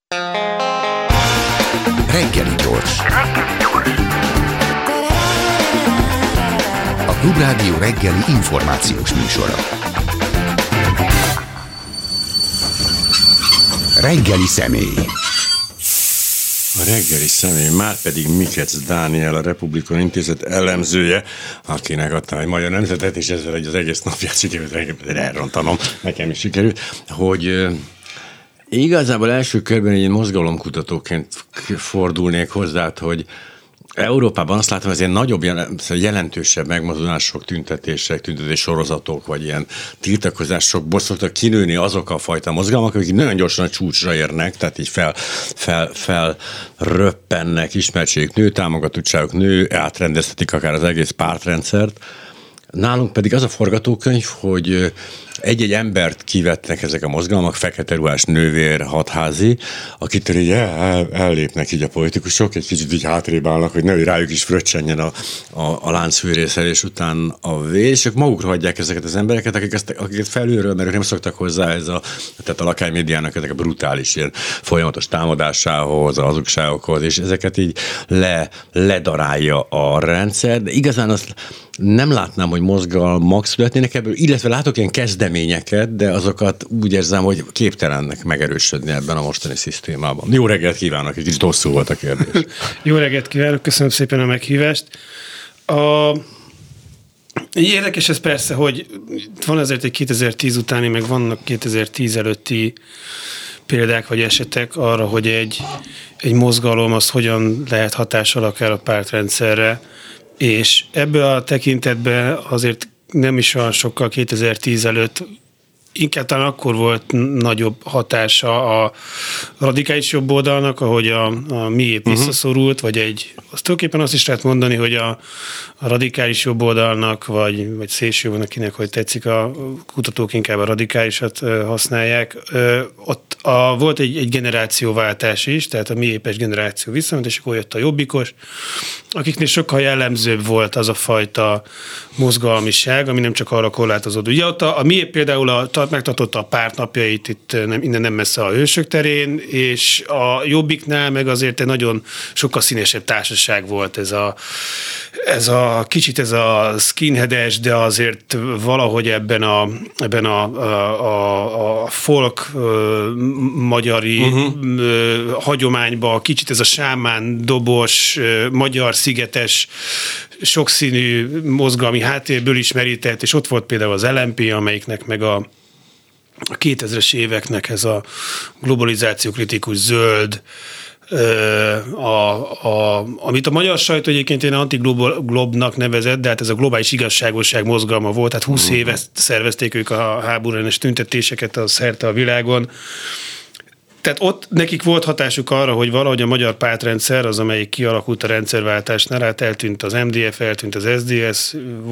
Reggeli gyors. A Klubrádió reggeli információs műsora. Reggeli személy. A reggeli személy már pedig Mikec Dániel, a Republikon Intézet elemzője, akinek adtam egy magyar nemzetet, és ezzel az egész napját sikerült elrontanom, nekem is sikerült, hogy igazából első körben egy mozgalomkutatóként fordulnék hozzá, hogy Európában azt látom, hogy ilyen nagyobb, jelentősebb megmozdulások, tüntetés sorozatok, vagy ilyen tiltakozásokból szoktak kinőni azok a fajta mozgalmak, akik nagyon gyorsan a csúcsra érnek, tehát így felröppennek, ismertségük nő, támogatottságuk nő, átrendezhetik akár az egész pártrendszert. Nálunk pedig az a forgatókönyv, hogy egy-egy embert kivetnek ezek a mozgalmak, fekete ruhás nővér, hatházi, akitől így ellépnek így a politikusok, egy kicsit így hátrébb állnak, hogy nehogy rájuk is fröccsenjen a láncfűrészelés után a vér, és ők magukra hagyják ezeket az embereket, akiket felülről, mert ők nem szoktak hozzá tehát a lakánymédiának ezek a brutális ilyen folyamatos támadásához, a hazugságokhoz, és ezeket így ledarálja a rendszer, de igazán azt nem látnám, hogy mozgalmak születnének ebből, illetve látok ilyen kezdeményeket, de azokat úgy érzem, hogy képtelennek megerősödni ebben a mostani szisztémában. Jó reggelt kívánok, egy kicsit hosszú volt a kérdés. Jó reggelt kívánok, köszönöm szépen a meghívást. Érdekes ez persze, hogy van azért egy 2010 utáni, meg vannak 2010 előtti példák vagy esetek arra, hogy egy mozgalom az hogyan lehet hatással akár a pártrendszerre, és ebből a tekintetben azért nem is olyan sokkal 2010 előtt, inkább talán akkor volt nagyobb hatása a radikális jobboldalnak, ahogy a miép visszaszorult, vagy azt tulajdonképpen azt is lehet mondani, hogy a radikális jobboldalnak, vagy szélsőjobbnak, akinek hogy tetszik, a kutatók inkább a radikálisat használják. Ott volt egy generációváltás is, tehát a miépes generáció visszament, és akkor jött a jobbikos, akiknél sokkal jellemzőbb volt az a fajta mozgalmiság, ami nem csak arra korlátozódott. Ugye ott a miép például megtartotta a pártnapjait itt innen nem messze a Hősök terén, és a Jobbiknál meg azért egy nagyon sokkal színesebb társaság volt ez a kicsit ez a skinheades, de azért valahogy ebben a folk magyari hagyományba kicsit ez a sámán dobos, magyar szigetes, sokszínű mozgalmi háttérből ismerített, és ott volt például az LMP, amelyiknek meg a 2000-es éveknek ez a globalizáció kritikus zöld, amit a magyar sajtó egyébként én antiglobnak nevezett, de hát ez a globális igazságosság mozgalma volt, tehát 20 éve szervezték ők a háborúellenes tüntetéseket szerte a világon. Tehát ott nekik volt hatásuk arra, hogy valahogy a magyar pártrendszer, az amelyik kialakult a rendszerváltásnál, hát eltűnt az MDF, eltűnt az SZDSZ,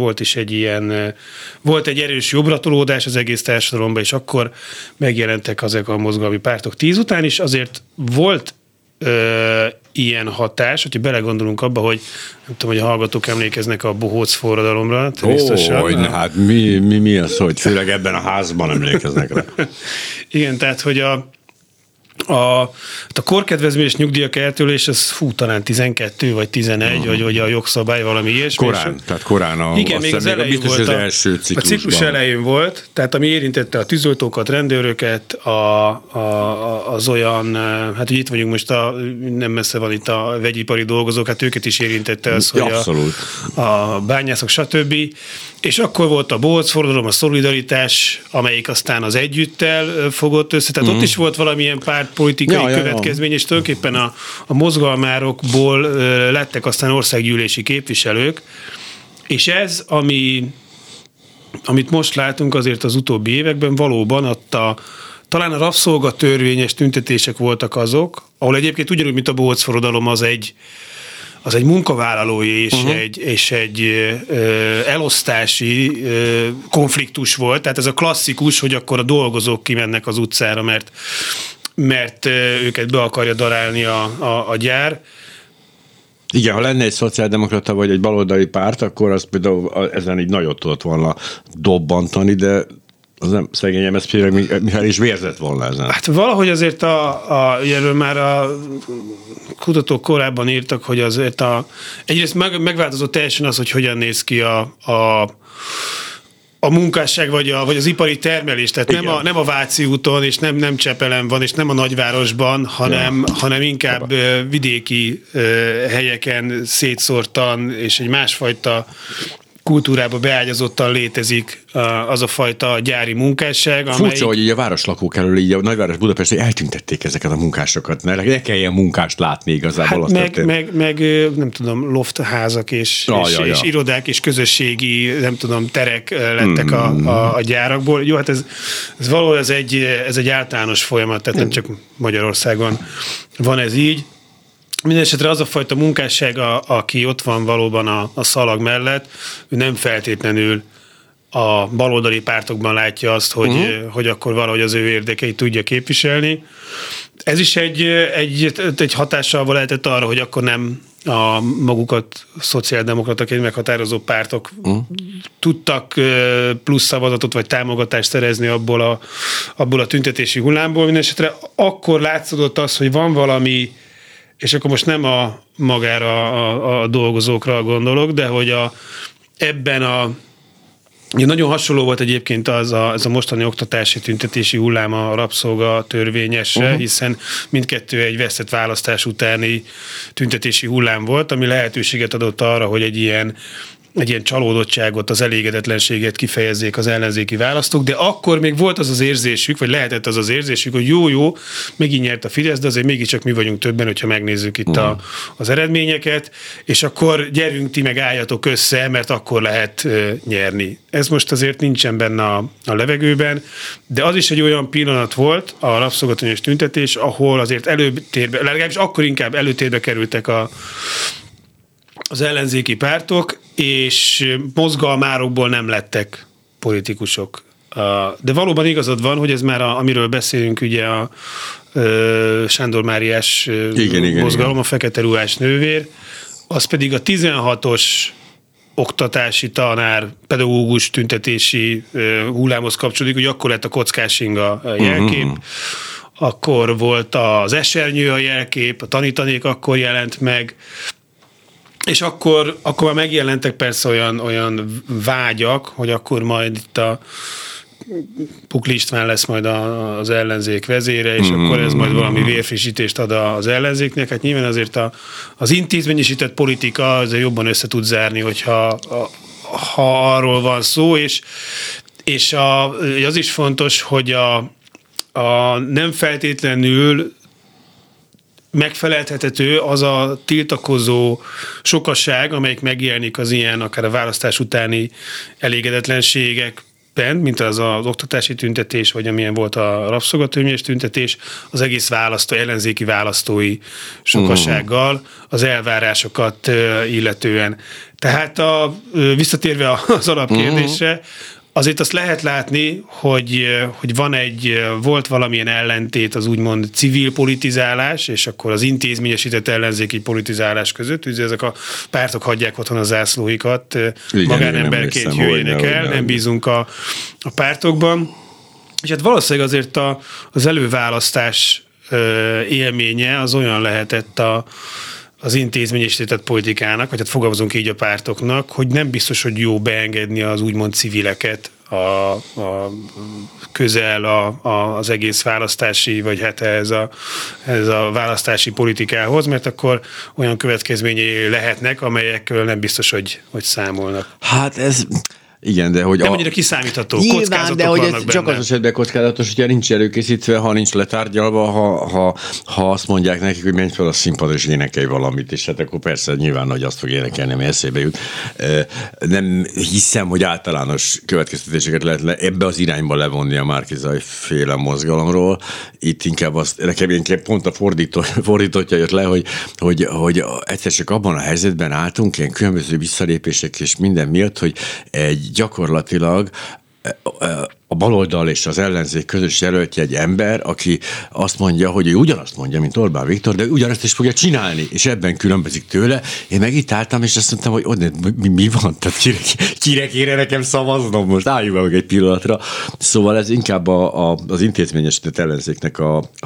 volt egy erős jobbratolódás az egész társadalomban, és akkor megjelentek azok a mozgalmi pártok. 10 után is azért volt ilyen hatás, hogyha belegondolunk abba, hogy nem tudom, hogy a hallgatók emlékeznek a bohóc forradalomra. Hát mi az, hogy főleg ebben a házban emlékeznek rá. Igen, tehát, hogy a korkedvezményes nyugdíjak eltörlés, az talán 12 vagy 11, vagy a jogszabály valami ilyesmi. Korán. Igen, még az elején volt. Az első ciklusban. A ciklus elején volt, tehát ami érintette a tűzoltókat, rendőröket, az olyan, hát ugye itt vagyunk most, nem messze van itt a vegyipari dolgozók, hát őket is érintette az, hogy a bányászok, stb. És akkor volt a bohóc forradalom, a szolidaritás, amelyik aztán az együttel fogott össze. Tehát ott is volt valamilyen pártpolitikai következmény, és tulajdonképpen a mozgalmárokból lettek aztán országgyűlési képviselők. És ez, amit most látunk azért az utóbbi években, valóban talán a rabszolgatörvényes tüntetések voltak azok, ahol egyébként ugyanúgy, mint a bohóc forradalom, az egy munkavállalói és egy elosztási konfliktus volt. Tehát ez a klasszikus, hogy akkor a dolgozók kimennek az utcára, mert őket be akarja darálni a gyár. Igen, ha lenne egy szociáldemokrata vagy egy baloldali párt, akkor az például ezen így nagyot tudott volna dobbantani, de Az nem szegény MSZP, Mihály is vérzett volna ezen. Hát valahogy azért erről már a kutatók korábban írtak, hogy azért egyrészt megváltozott teljesen az, hogy hogyan néz ki a munkásság vagy az ipari termelés, tehát nem a Váci úton, és nem Csepelen van, és nem a nagyvárosban, hanem inkább vidéki helyeken szétszórtan, és egy másfajta kultúrába beágyazottan létezik az a fajta gyári munkásság. Furcsa, hogy így a városlakók elől, így a nagyváros Budapestről eltüntették ezeket a munkásokat, mert ne kelljen munkást látni igazából. Hát meg nem tudom, loftházak és irodák és közösségi, nem tudom, terek lettek a gyárakból. Jó, hát ez valahol ez egy általános folyamat, tehát nem csak Magyarországon van ez így. Mindenesetre az a fajta munkásság, aki ott van valóban a szalag mellett, ő nem feltétlenül a baloldali pártokban látja azt, hogy akkor valahogy az ő érdekeit tudja képviselni. Ez is egy hatással lehetett arra, hogy akkor nem a magukat szociáldemokrataként meghatározó pártok tudtak plusz szavazatot vagy támogatást szerezni abból a tüntetési hullámból. Mindenesetre akkor látszódott az, hogy van valami, és akkor most nem magára a dolgozókra gondolok, de hogy ebben nagyon hasonló volt egyébként ez a mostani oktatási tüntetési hullám a rabszolga törvényesre, hiszen mindkettő egy vesztett választás utáni tüntetési hullám volt, ami lehetőséget adott arra, hogy egy ilyen csalódottságot, az elégedetlenséget kifejezzék az ellenzéki választók, de akkor még volt az érzésük, vagy lehetett az érzésük, hogy jó, megint nyert a Fidesz, de azért mégiscsak mi vagyunk többen, hogyha megnézzük itt az eredményeket, és akkor gyerünk ti meg álljatok össze, mert akkor lehet nyerni. Ez most azért nincsen benne a levegőben, de az is egy olyan pillanat volt, a rabszolgatörvényes tüntetés, ahol azért előtérbe, legalábbis akkor inkább előtérbe kerültek az ellenzéki pártok, és mozgalmárokból nem lettek politikusok. De valóban igazad van, hogy ez már amiről beszélünk, ugye a Sándor Máriás mozgalom, a fekete ruhás nővér, az pedig a 16-os oktatási tanár, pedagógus tüntetési hullámhoz kapcsolódik, hogy akkor lett a kockás inga jelkép, akkor volt az esernyő a jelkép, a tanítanék akkor jelent meg, és akkor már megjelentek persze olyan vágyak, hogy akkor majd itt a Pukli István lesz majd az ellenzék vezére, és akkor ez majd valami vérfrissítést ad az ellenzéknek. Hát nyilván azért az intézményesített politika azért jobban össze tud zárni, hogyha arról van szó, és az is fontos, hogy nem feltétlenül megfeleltethető az a tiltakozó sokaság, amelyik megjelenik az ilyen, akár a választás utáni elégedetlenségekben, mint az oktatási tüntetés, vagy amilyen volt a rabszolgatörvényes tüntetés, az egész ellenzéki választói sokasággal, az elvárásokat illetően. Tehát visszatérve az alapkérdésre, azért azt lehet látni, hogy volt valamilyen ellentét az úgymond civil politizálás, és akkor az intézményesített ellenzéki politizálás között, ugye ezek a pártok hagyják otthon a zászlóikat, magánemberként jöjjenek el, nem bízunk a pártokban. És hát valószínűleg azért az előválasztás élménye az olyan lehetett az intézményesített politikának, vagy hát fogalmazunk így a pártoknak, hogy nem biztos, hogy jó beengedni az úgymond civileket közel az egész választási, vagy hát ez a választási politikához, mert akkor olyan következményei lehetnek, amelyekről nem biztos, hogy számolnak. Hát ez... Igen, de hogy... Nem annyira kiszámítható, nyilván, kockázatok de hogy vannak ez benne. csak az esetben kockázatos, hogyha nincs előkészítve, ha nincs letárgyalva, ha azt mondják nekik, hogy menj fel a színpadra és énekelj valamit, és hát akkor persze nyilván, hogy azt fog énekelni, ami eszébe jut. Nem hiszem, hogy általános következtetéseket lehet ebbe az irányba levonni a Márki-Zay féle mozgalomról. Itt inkább nekem pont a fordítottja jött le, hogy egyszer csak abban a helyzetben álltunk, ilyen különböző visszalépések és minden miatt, hogy gyakorlatilag a baloldal és az ellenzék közös jelöltje egy ember, aki azt mondja, hogy ő ugyanazt mondja, mint Orbán Viktor, de ugyanazt is fogja csinálni, és ebben különbözik tőle. Én meg itt álltam, és azt mondtam, hogy mi van? Tehát kire kéne nekem szavaznom? Most álljunk meg egy pillanatra. Szóval ez inkább az intézményesített ellenzéknek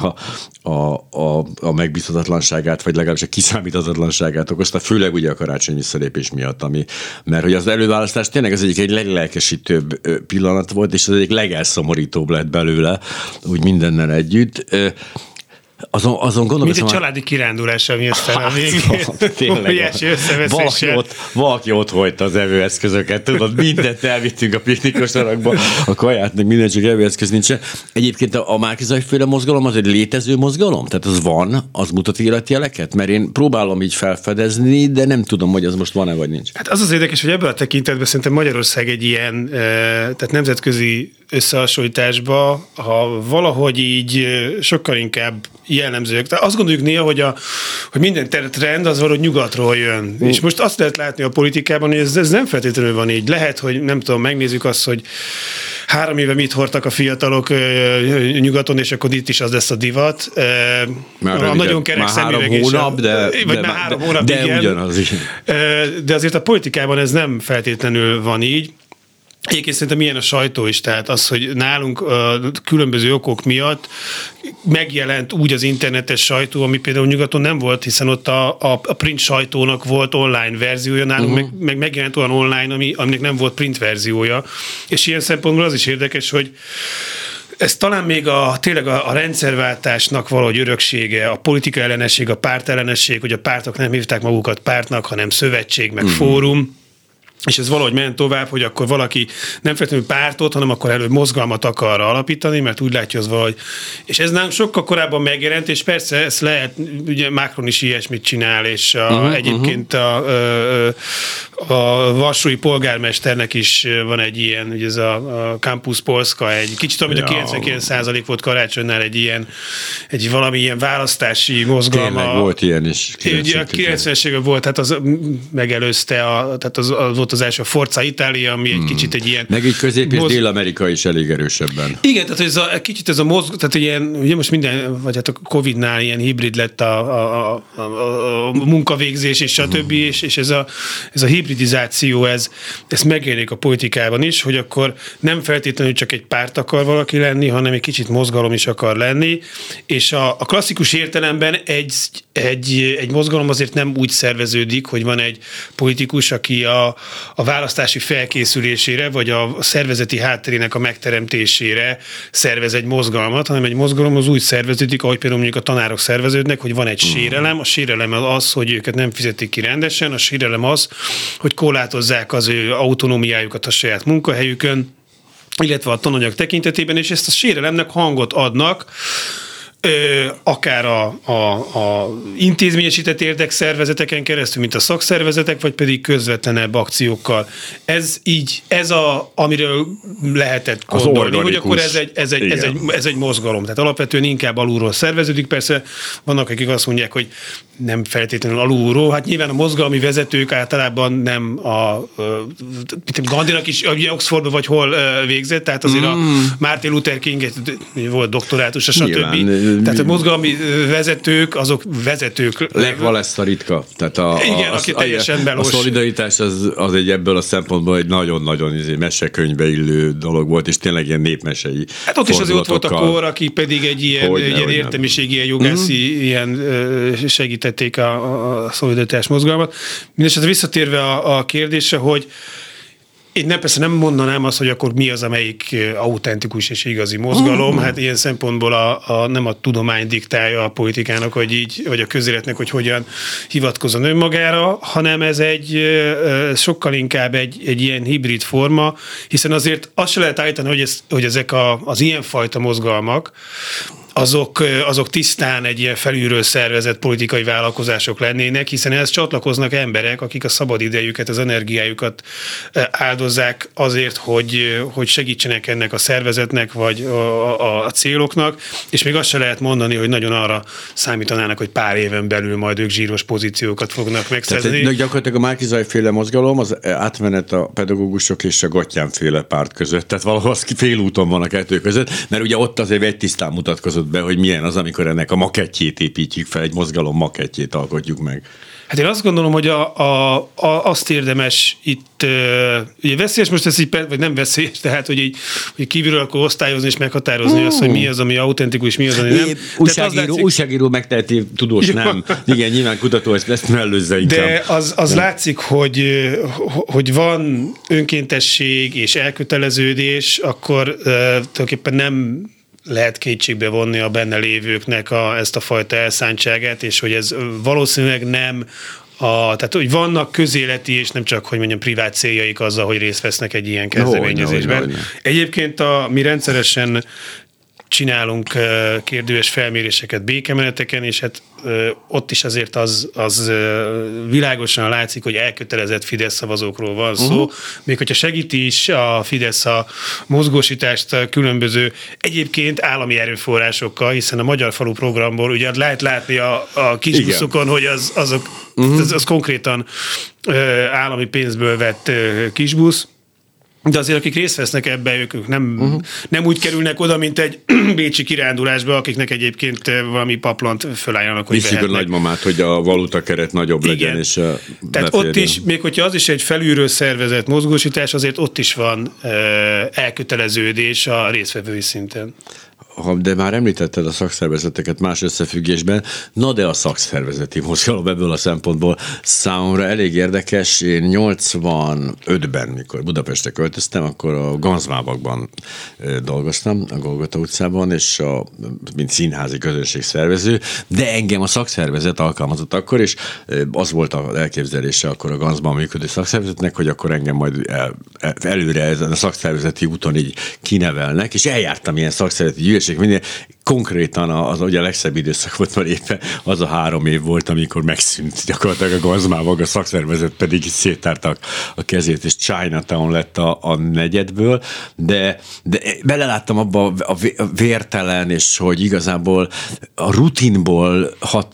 a megbízhatatlanságát, vagy legalábbis a kiszámíthatatlanságát okozta, főleg ugye a karácsonyi visszalépés miatt, mert hogy az előválasztás tényleg az egyik egy leglelkesítőbb pillanat volt, és az egyik legelszomorítóbb lett belőle, úgy mindennel együtt. Azon gondolom, mint egy családi kirándulás, ami aztán a végén óriási összeveszéssel. Valaki ott hagyta az evőeszközöket, tudod, mindent elvittünk a piknikos sarakba, a kaját, meg minden, csak evőeszköz nincsen. Egyébként a Márki-Zay-féle mozgalom az egy létező mozgalom? Tehát az van, az mutat életjeleket? Mert én próbálom így felfedezni, de nem tudom, hogy az most van-e, vagy nincs. Hát az érdekes, hogy ebből a tekintetben szerintem Magyarország egy ilyen, tehát nemzetközi összehasonlításba, ha valahogy így sokkal inkább jellemzőek. Tehát azt gondoljuk néha, hogy minden trend az valahogy nyugatról jön. És most azt lehet látni a politikában, hogy ez nem feltétlenül van így. Lehet, hogy nem tudom, megnézzük azt, hogy 3 éve mit hordtak a fiatalok nyugaton, és akkor itt is az lesz a divat. A nagyon kerek szemüveg hónap, vagy már 3 hónap, de igen. Ugyanaz is. De azért a politikában ez nem feltétlenül van így. Egyébként szerintem ilyen a sajtó is, tehát az, hogy nálunk különböző okok miatt megjelent úgy az internetes sajtó, ami például nyugaton nem volt, hiszen ott a print sajtónak volt online verziója, nálunk meg megjelent olyan online, aminek nem volt print verziója. És ilyen szempontból az is érdekes, hogy ez talán még tényleg a rendszerváltásnak valahogy öröksége, a politika ellenesség, a párt ellenesség, hogy a pártok nem hívták magukat pártnak, hanem szövetség, meg fórum. És ez valahogy ment tovább, hogy akkor valaki nem feltétlenül pártot, hanem akkor előbb mozgalmat akar alapítani, mert úgy látja az valahogy. És ez nem sokkal korábban megjelent, és persze ezt lehet, ugye Macron is ilyesmit csinál, és egyébként a varsói polgármesternek is van egy ilyen, ugye ez a Campus Polska, egy kicsit, amit a 99% volt karácsonynál egy valami ilyen választási mozgalma. Tényleg volt ilyen is. Ugye a 90-es években volt, tehát az megelőzte, tehát az volt az első Forza Italia, ami egy kicsit egy ilyen... Meg így Közép- és Dél-Amerika is elég erősebben. Igen, tehát kicsit ez a tehát ilyen, ugye most minden, vagy hát a Covid-nál ilyen hibrid lett a munkavégzés és stb. És ez a hibridizáció, ez megjelenik a politikában is, hogy akkor nem feltétlenül csak egy párt akar valaki lenni, hanem egy kicsit mozgalom is akar lenni, és a klasszikus értelemben egy mozgalom azért nem úgy szerveződik, hogy van egy politikus, aki a választási felkészülésére, vagy a szervezeti hátterének a megteremtésére szervez egy mozgalmat, hanem egy mozgalom az úgy szerveződik, ahogy például mondjuk a tanárok szerveződnek, hogy van egy sérelem, a sérelem az, hogy őket nem fizetik ki rendesen, a sérelem az, hogy korlátozzák az ő autonómiájukat a saját munkahelyükön, illetve a tananyag tekintetében, és ezt a sérelemnek hangot adnak, akár a intézményesített érdekszervezeteken keresztül, mint a szakszervezetek, vagy pedig közvetlenebb akciókkal. Ez amiről lehetett gondolni, hogy akkor ez egy mozgalom. Tehát alapvetően inkább alulról szerveződik. Persze vannak, akik azt mondják, hogy nem feltétlenül alulról. Hát nyilván a mozgalmi vezetők általában nem Gandinak is Oxfordban vagy hol végzett, tehát azért a Martin Luther King volt doktorátusa, stb. Tehát a mozgalmi vezetők, azok vezetők. Lech Walesa ritka. Tehát igen, aki teljesen belós. A szolidaritás az egy ebből a szempontból egy nagyon-nagyon mesekönyvbe illő dolog volt, és tényleg ilyen népmesei. Hát ott is azért ott volt a kor, aki pedig egy ilyen értelmiségi, ilyen jogászi, ilyen segítették a szolidaritás mozgalmat. Mindenesetre visszatérve a kérdésre, hogy én persze nem mondanám azt, hogy akkor mi az, amelyik autentikus és igazi mozgalom. Hát ilyen szempontból nem a tudomány diktálja a politikának, hogy így, vagy a közéletnek, hogy hogyan hivatkozzon önmagára, hanem ez sokkal inkább egy ilyen hibrid forma, hiszen azért azt se lehet állítani, hogy ezek az ilyenfajta mozgalmak, azok tisztán egy ilyen felülről szervezett politikai vállalkozások lennének, hiszen ehhez csatlakoznak emberek, akik a szabadidejüket, az energiájukat áldozzák azért, hogy segítsenek ennek a szervezetnek, vagy a céloknak, és még azt se lehet mondani, hogy nagyon arra számítanának, hogy pár éven belül majd ők zsíros pozíciókat fognak megszerzni. Tehát gyakorlatilag a Márki-Zay-féle mozgalom az átmenet a pedagógusok és a Gattyán-féle párt között. Tehát valahol az félúton van a kettő között, mert ugye ott azért egy tisztán mutatkozott be, hogy milyen az, amikor ennek a makettjét építjük fel, egy mozgalom makettjét alkotjuk meg. Hát én azt gondolom, hogy azt érdemes itt, ugye veszélyes most ez így, vagy nem veszélyes, tehát hogy kívülről akkor osztályozni és meghatározni azt, hogy mi az, ami autentikus, mi az, ami nem. Újságíró megteheti, tudós nem. Igen, nyilván kutató ezt mellőzze inkább. De az látszik, hogy van önkéntesség és elköteleződés, akkor tulajdonképpen nem lehet kétségbe vonni a benne lévőknek ezt a fajta elszántságát, és hogy ez valószínűleg nem tehát, hogy vannak közéleti és nem csak, hogy mondjam, privát céljaik azzal, hogy részt vesznek egy ilyen kezdeményezésben. Egyébként mi rendszeresen csinálunk kérdőes felméréseket békemeneteken, és hát ott is azért az világosan látszik, hogy elkötelezett Fidesz szavazókról van szó. Még hogyha segíti is a Fidesz a mozgósítást különböző egyébként állami erőforrásokkal, hiszen a Magyar Falu programból ugye lehet látni a kisbuszokon, hogy az konkrétan állami pénzből vett kisbusz. De azért, akik részt vesznek ebbe, ők nem úgy kerülnek oda, mint egy bécsi kirándulásba, akiknek egyébként valami paplant fölálljanak, hogy viszik vehetnek. a nagymamát, hogy a valutakeret nagyobb legyen. És tehát ott is, még hogyha az is egy felülről szervezett mozgósítás, azért ott is van elköteleződés a résztvevői szinten. De már említetted a szakszervezeteket más összefüggésben, de a szakszervezeti mozgalom ebből a szempontból számomra elég érdekes. Én 85-ben, mikor Budapestre költöztem, akkor a Ganzmábakban dolgoztam, a Golgota utcában, és mint színházi közönségszervező, de engem a szakszervezet alkalmazott akkor, és az volt az elképzelése akkor a Ganzban működő szakszervezetnek, hogy akkor engem majd előre ezen a szakszervezeti úton így kinevelnek, és eljártam ilyen szakszervezeti gyűlés, konkrétan az ugye a legszebb időszak volt, mert éppen az a 3 év volt, amikor megszűnt gyakorlatilag a Ganzmávag, a szakszervezet pedig széttártak a kezét, és Chinatown lett a negyedből, de beleláttam abba a vértelen, és hogy igazából a rutinból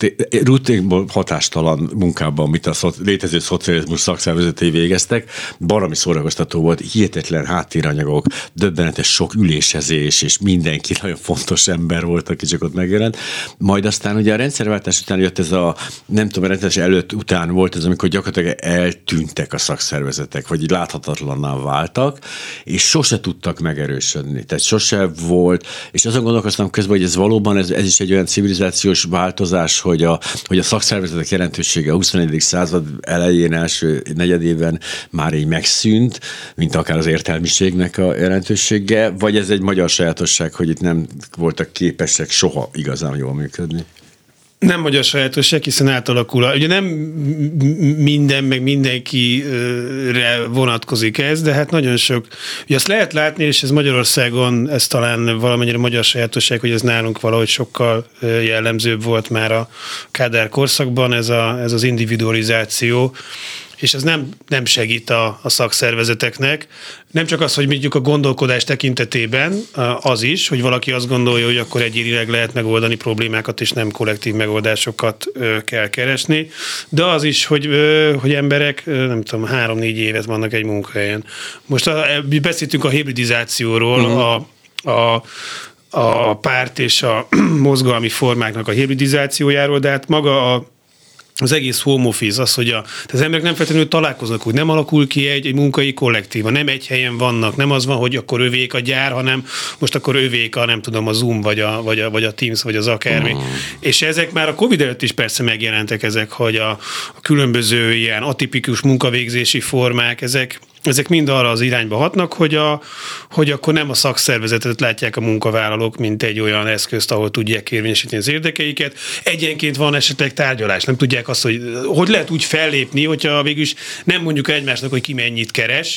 hatástalan munkában, amit a létező szocializmus szakszervezetei végeztek, baromi szórakoztató volt, hihetetlen háttéranyagok, döbbenetes sok ülésezés, és mindenki nagyon fontos ember volt, aki csak ott megjelent. Majd aztán ugye a rendszerváltás után jött ez a, nem tudom, a rendszerváltás előtt után volt ez, amikor gyakorlatilag eltűntek a szakszervezetek, vagy így láthatatlanná váltak, és sose tudtak megerősödni. Tehát sose volt, és azon gondolkoztam közben, hogy ez valóban ez is egy olyan civilizációs változás, hogy a szakszervezetek jelentősége a 21. század elején, első negyedében már így megszűnt, mint akár az értelmiségnek a jelentősége, vagy ez egy magyar sajátosság, hogy itt nem voltak képesek soha igazán jól működni? Nem magyar sajátosság, hiszen átalakul. Ugye nem minden, meg mindenkire vonatkozik ez, de hát nagyon sok. Ugye azt lehet látni, és ez Magyarországon, ez talán valamennyire magyar sajátosság, hogy ez nálunk valahogy sokkal jellemzőbb volt már a Kádár korszakban, ez az individualizáció, és ez nem segít a szakszervezeteknek. Nem csak az, hogy mondjuk a gondolkodás tekintetében, az is, hogy valaki azt gondolja, hogy akkor egyénileg lehet megoldani problémákat, és nem kollektív megoldásokat kell keresni, de az is, hogy emberek, nem tudom, 3-4 évet vannak egy munkahelyen. Most beszéltünk a hibridizációról, a párt és a mozgalmi formáknak a hibridizációjáról, de hát maga az egész home office, az, hogy az emberek nem feltétlenül találkoznak úgy, nem alakul ki egy munkai kollektíva, nem egy helyen vannak, nem az van, hogy akkor övék a gyár, hanem most akkor övék a, nem tudom, a Zoom, vagy a Teams, vagy az akármi. És ezek már a Covid előtt is persze megjelentek ezek, hogy a különböző ilyen atipikus munkavégzési formák, ezek ezek mind arra az irányba hatnak, hogy akkor nem a szakszervezetet látják a munkavállalók, mint egy olyan eszközt, ahol tudják érvényesíteni az érdekeiket. Egyenként van esetleg tárgyalás, nem tudják azt, hogy lehet úgy fellépni, hogyha végülis nem mondjuk egymásnak, hogy ki mennyit keres.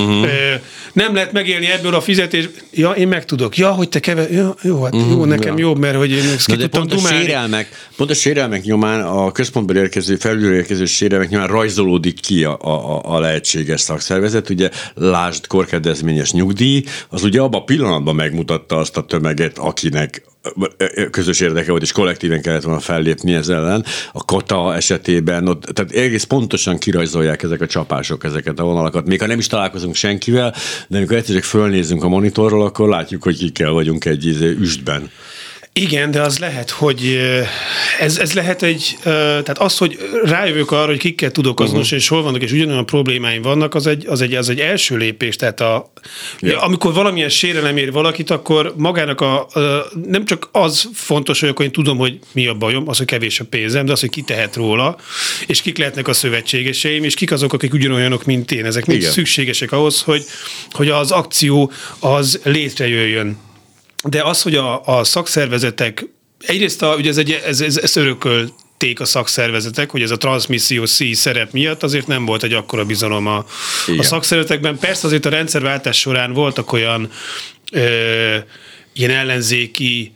Nem lehet megélni ebből a fizetés. Ja, én meg tudok. Ja, hogy te jó, nekem jobb, mert hogy én ezt ki tudtam dumálni. Pont a sérelmek nyomán, a központból érkező, felülről érkező sérelmek nyomán rajzolódik ki a lehetséges szakszervezet. Ugye lásd korkedvezményes nyugdíj, az ugye abban a pillanatban megmutatta azt a tömeget, akinek közös érdeke volt, és kollektíven kellett volna fellépni ez ellen. A kata esetében, tehát egész pontosan kirajzolják ezek a csapások, ezeket a vonalakat. Még ha nem is találkozunk senkivel, de amikor egyszer csak fölnézünk a monitorról, akkor látjuk, hogy kikkel vagyunk egy üstben. Igen, de az lehet, hogy ez lehet tehát az, hogy rájövök arra, hogy kikkel tudok azonosulni, és hol vannak, és ugyanolyan problémáim vannak, az egy első lépés. Tehát amikor valamilyen sérelem ér valakit, akkor magának nem csak az fontos, hogy akkor én tudom, hogy mi a bajom, az, hogy kevés a pénzem, de az, hogy ki tehet róla, és kik lehetnek a szövetségeseim, és kik azok, akik ugyanolyanok, mint én. Ezek mind szükségesek ahhoz, hogy az akció az létrejöjjön. De az, hogy a szakszervezetek, egyrészt ugye ez örökölték a szakszervezetek, hogy ez a transmissziós szerep miatt azért nem volt egy akkora bizalom a szakszervezetekben. Persze azért a rendszerváltás során voltak olyan ilyen ellenzéki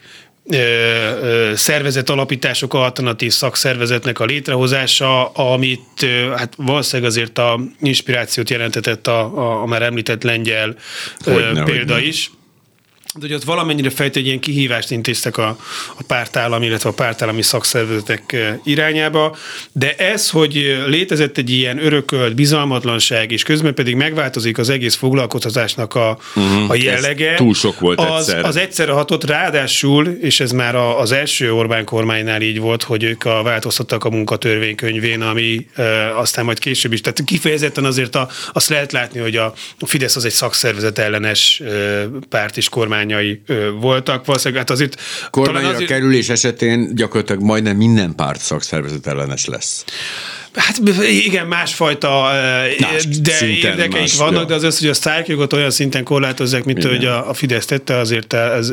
szervezetalapítások, alternatív szakszervezetnek a létrehozása, amit hát valószínűleg azért a inspirációt jelentetett a már említett lengyel példa is. De hogy ott valamennyire egy ilyen kihívást intéztek a pártállam, illetve a pártállami szakszervezetek irányába, de ez, hogy létezett egy ilyen örökölt bizalmatlanság, és közben pedig megváltozik az egész foglalkoztatásnak a jellege, túl sok volt az egyszerre hatott, ráadásul, és ez már az első Orbán kormánynál így volt, hogy ők változtattak a munkatörvénykönyvén, ami aztán majd később is, tehát kifejezetten azért azt lehet látni, hogy a Fidesz az egy szakszervezet ellenes párt és kormány voltak. Valószínűleg hát azért... Kormányra kerülés esetén gyakorlatilag majdnem minden párt szakszervezet ellenes lesz. Hát igen, másfajta érdekeik vannak, de az, hogy a sztrájkjogot olyan szinten korlátozzák, mint hogy a Fidesz tette, azért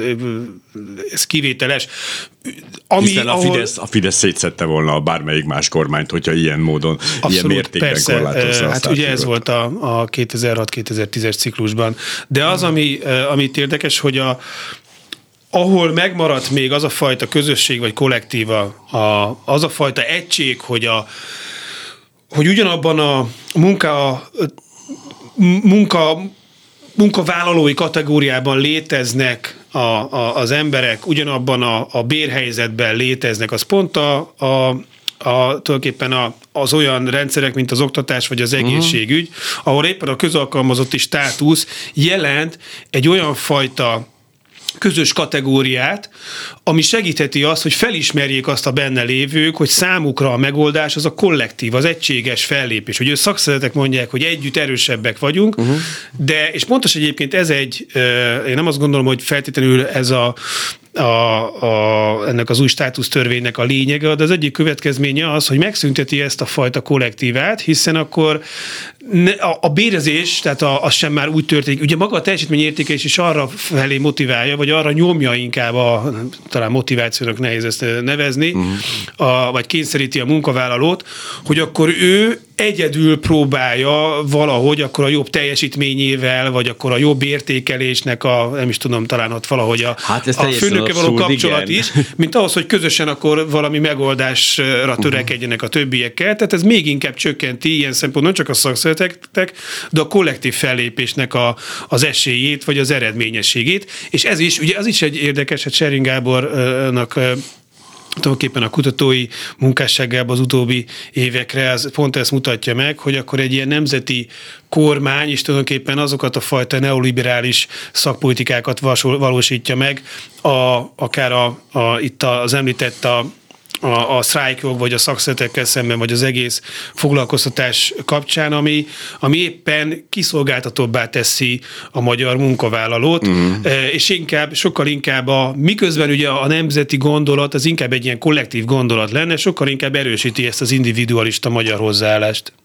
ez kivételes. Hiszen a Fidesz szétszette volna bármelyik más kormányt, hogyha ilyen módon, abszolút, ilyen mértékben korlátozza. Hát ugye ez volt a 2006-2010-es ciklusban. De az, amit érdekes, hogy ahol megmaradt még az a fajta közösség vagy kollektíva, az a fajta egység, hogy ugyanabban a munkavállalói kategóriában léteznek az emberek, ugyanabban a bérhelyzetben léteznek, az pont tulajdonképpen az olyan rendszerek, mint az oktatás vagy az egészségügy, ahol éppen a közalkalmazotti státusz jelent egy olyan fajta közös kategóriát, ami segítheti azt, hogy felismerjék azt a benne lévők, hogy számukra a megoldás az a kollektív, az egységes fellépés. Hogy szakszervezetek mondják, hogy együtt erősebbek vagyunk, de, és pontos egyébként ez én nem azt gondolom, hogy feltétlenül ez ennek az új státusztörvénynek a lényege, de az egyik következménye az, hogy megszünteti ezt a fajta kollektívát, hiszen akkor a bérezés, tehát az sem már úgy történik. Ugye maga a teljesítményértékelés is arra felé motiválja, vagy arra nyomja inkább, talán motivációnak nehéz ezt nevezni, vagy kényszeríti a munkavállalót, hogy akkor ő egyedül próbálja valahogy akkor a jobb teljesítményével, vagy akkor a jobb értékelésnek nem is tudom, talán ott valahogy a főnöke való kapcsolat is, mint ahhoz, hogy közösen akkor valami megoldásra törekedjenek a többiekkel. Tehát ez még inkább csökkenti ilyen szempontból nem csak a szakszervezetek, de a kollektív fellépésnek az esélyét, vagy az eredményességét. És ez is, ugye az is egy érdekes, hát Schering Gábornak tulajdonképpen a kutatói munkásságában az utóbbi évekre pont ezt mutatja meg, hogy akkor egy ilyen nemzeti kormány is tulajdonképpen azokat a fajta neoliberális szakpolitikákat valósítja meg, akár itt az említett a sztrájkjog, vagy a szakszervezetekkel szemben, vagy az egész foglalkoztatás kapcsán, ami éppen kiszolgáltatóbbá teszi a magyar munkavállalót, és sokkal inkább miközben ugye a nemzeti gondolat, az inkább egy ilyen kollektív gondolat lenne, sokkal inkább erősíti ezt az individualista magyar hozzáállást.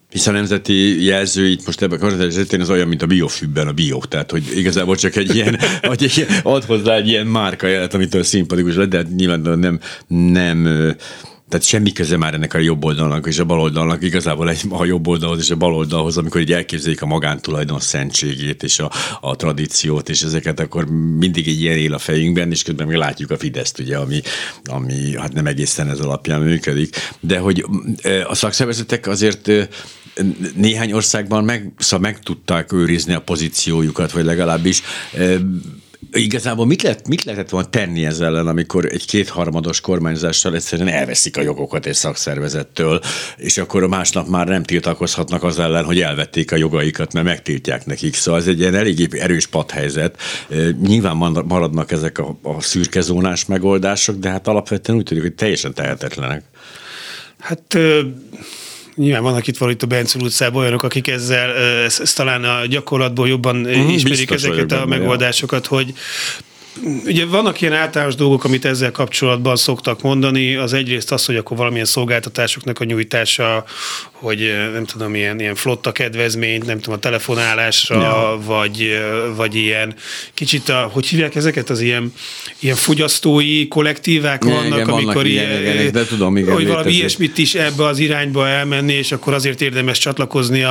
Hisz a nemzeti jelző itt most ebben a karakterizáltén az olyan, mint a biofűbben a bio, tehát hogy igazából csak egy ilyen, hogy ad hozzá egy ilyen márka jelet, amitől szimpatikus lett, de hát nyilván nem tehát semmi köze már ennek a jobb oldalnak és a bal oldalnak, igazából a jobb oldalhoz és a bal oldalhoz, amikor így elképzeljük a magántulajdon szentségét és a tradíciót, és ezeket akkor mindig egy ilyen él a fejünkben, és közben még látjuk a Fideszt, ugye, ami hát nem egészen ez alapján működik. De hogy a szakszervezetek azért néhány országban meg tudták őrizni a pozíciójukat, vagy legalábbis igazából mit lehetett volna tenni ezzel ellen, amikor egy kétharmados kormányzással egyszerűen elveszik a jogokat egy szakszervezettől, és akkor a másnap már nem tiltakozhatnak az ellen, hogy elvették a jogaikat, mert megtiltják nekik. Szóval ez egy ilyen eléggé erős padhelyzet. Nyilván maradnak ezek a szürkezónás megoldások, de hát alapvetően úgy tűnik, hogy teljesen tehetetlenek. Hát nyilván vannak itt a Bencül utcában olyanok, akik ezzel ezt talán a gyakorlatból jobban ismerik ezeket a megoldásokat, hogy ugye vannak ilyen általános dolgok, amit ezzel kapcsolatban szoktak mondani. Az egyrészt az, hogy akkor valamilyen szolgáltatásoknak a nyújtása, hogy nem tudom, ilyen flotta kedvezményt, nem tudom, a telefonálásra, vagy ilyen kicsit hogy hívják ezeket az ilyen fogyasztói kollektívák vannak, amikor ilyen, de tudom, igen, hogy valami ilyesmit is ebbe az irányba elmenni, és akkor azért érdemes csatlakozni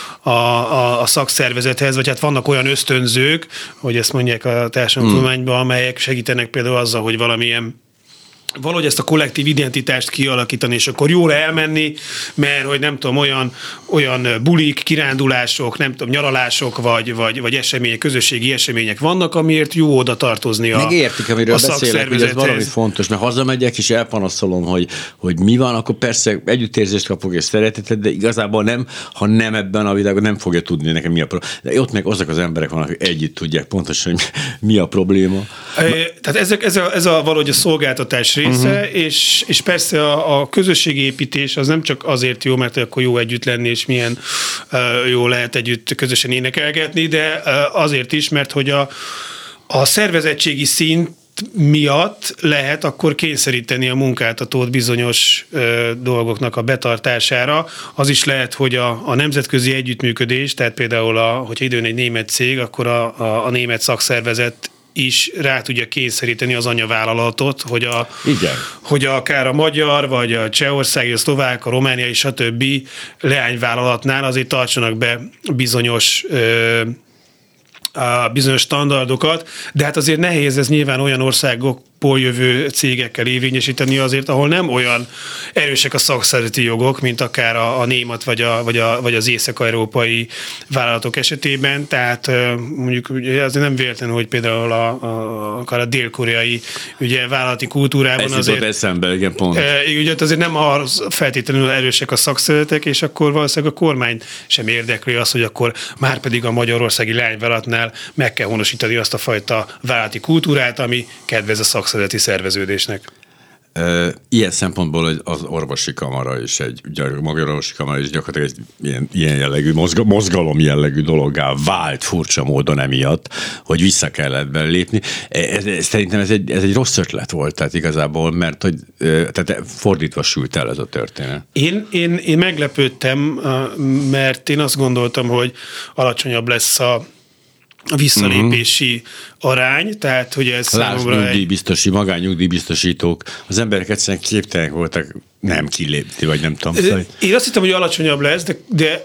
a szakszervezethez, vagy hát vannak olyan ösztönzők, hogy ezt mondják a társadalomtudományban, amelyek segítenek például azzal, hogy valahogy ezt a kollektív identitást kialakítani, és akkor jól elmenni, mert hogy nem tudom, olyan bulik, kirándulások, nem tudom, nyaralások, vagy események, közösségi események vannak, amiért jó oda tartozni a szakszervezethez. Megértik, amiről beszélek, hogy ez valami fontos, mert hazamegyek és elpanaszolom, hogy mi van, akkor persze együttérzést kapok és szeretetet, de igazából nem, ha nem ebben a világban nem fogja tudni nekem mi a probléma. De ott meg azok az emberek vannak, akik együtt tudják pontosan, hogy mi a probléma. Tehát ez valahogy a szolgáltatás része, és persze a közösségépítés az nem csak azért jó, mert akkor jó együtt lenni, és milyen jó lehet együtt közösen énekelgetni, de azért is, mert hogy a szervezettségi szint miatt lehet akkor kényszeríteni a munkáltatót bizonyos dolgoknak a betartására. Az is lehet, hogy a nemzetközi együttműködés, tehát például, hogyha időn egy német cég, akkor a német szakszervezet is rá tudja kényszeríteni az anyavállalatot, hogy akár a magyar, vagy a csehországi, a szlovák, a romániai, stb. Leányvállalatnál azért tartsanak be bizonyos standardokat, de hát azért nehéz ez nyilván olyan országokból jövő cégekkel érvényesíteni azért, ahol nem olyan erősek a szakszervezeti jogok, mint akár a német vagy az észak-európai vállalatok esetében, tehát mondjuk azért nem véletlenül, hogy például akár a dél-koreai ugye, vállalati kultúrában ez azért eszembe, igen, pont. Ugye azért nem feltétlenül erősek a szakszervezetek, és akkor valószínűleg a kormány sem érdekli az, hogy akkor már pedig a magyarországi leányvállalatnál meg kell honosítani azt a fajta vállalati kultúrát, ami kedvez a szakszervezeti szerveződésnek. Ilyen szempontból az orvosi kamara is magyar orvosi kamara is gyakorlatilag egy ilyen jellegű mozgalom jellegű dologgá vált furcsa módon emiatt, hogy vissza kellett belépni. Szerintem ez egy rossz ötlet volt, tehát igazából, mert hogy tehát fordítva sült el ez a történet. Én meglepődtem, mert én azt gondoltam, hogy alacsonyabb lesz a visszalépési arány, tehát hogy ez számomra nyugdíjbiztosi, magánnyugdíjbiztosítók, az emberek egyszerűen képtelenek voltak nem kilépni, vagy nem tudom. Én azt hittem, hogy alacsonyabb lesz, de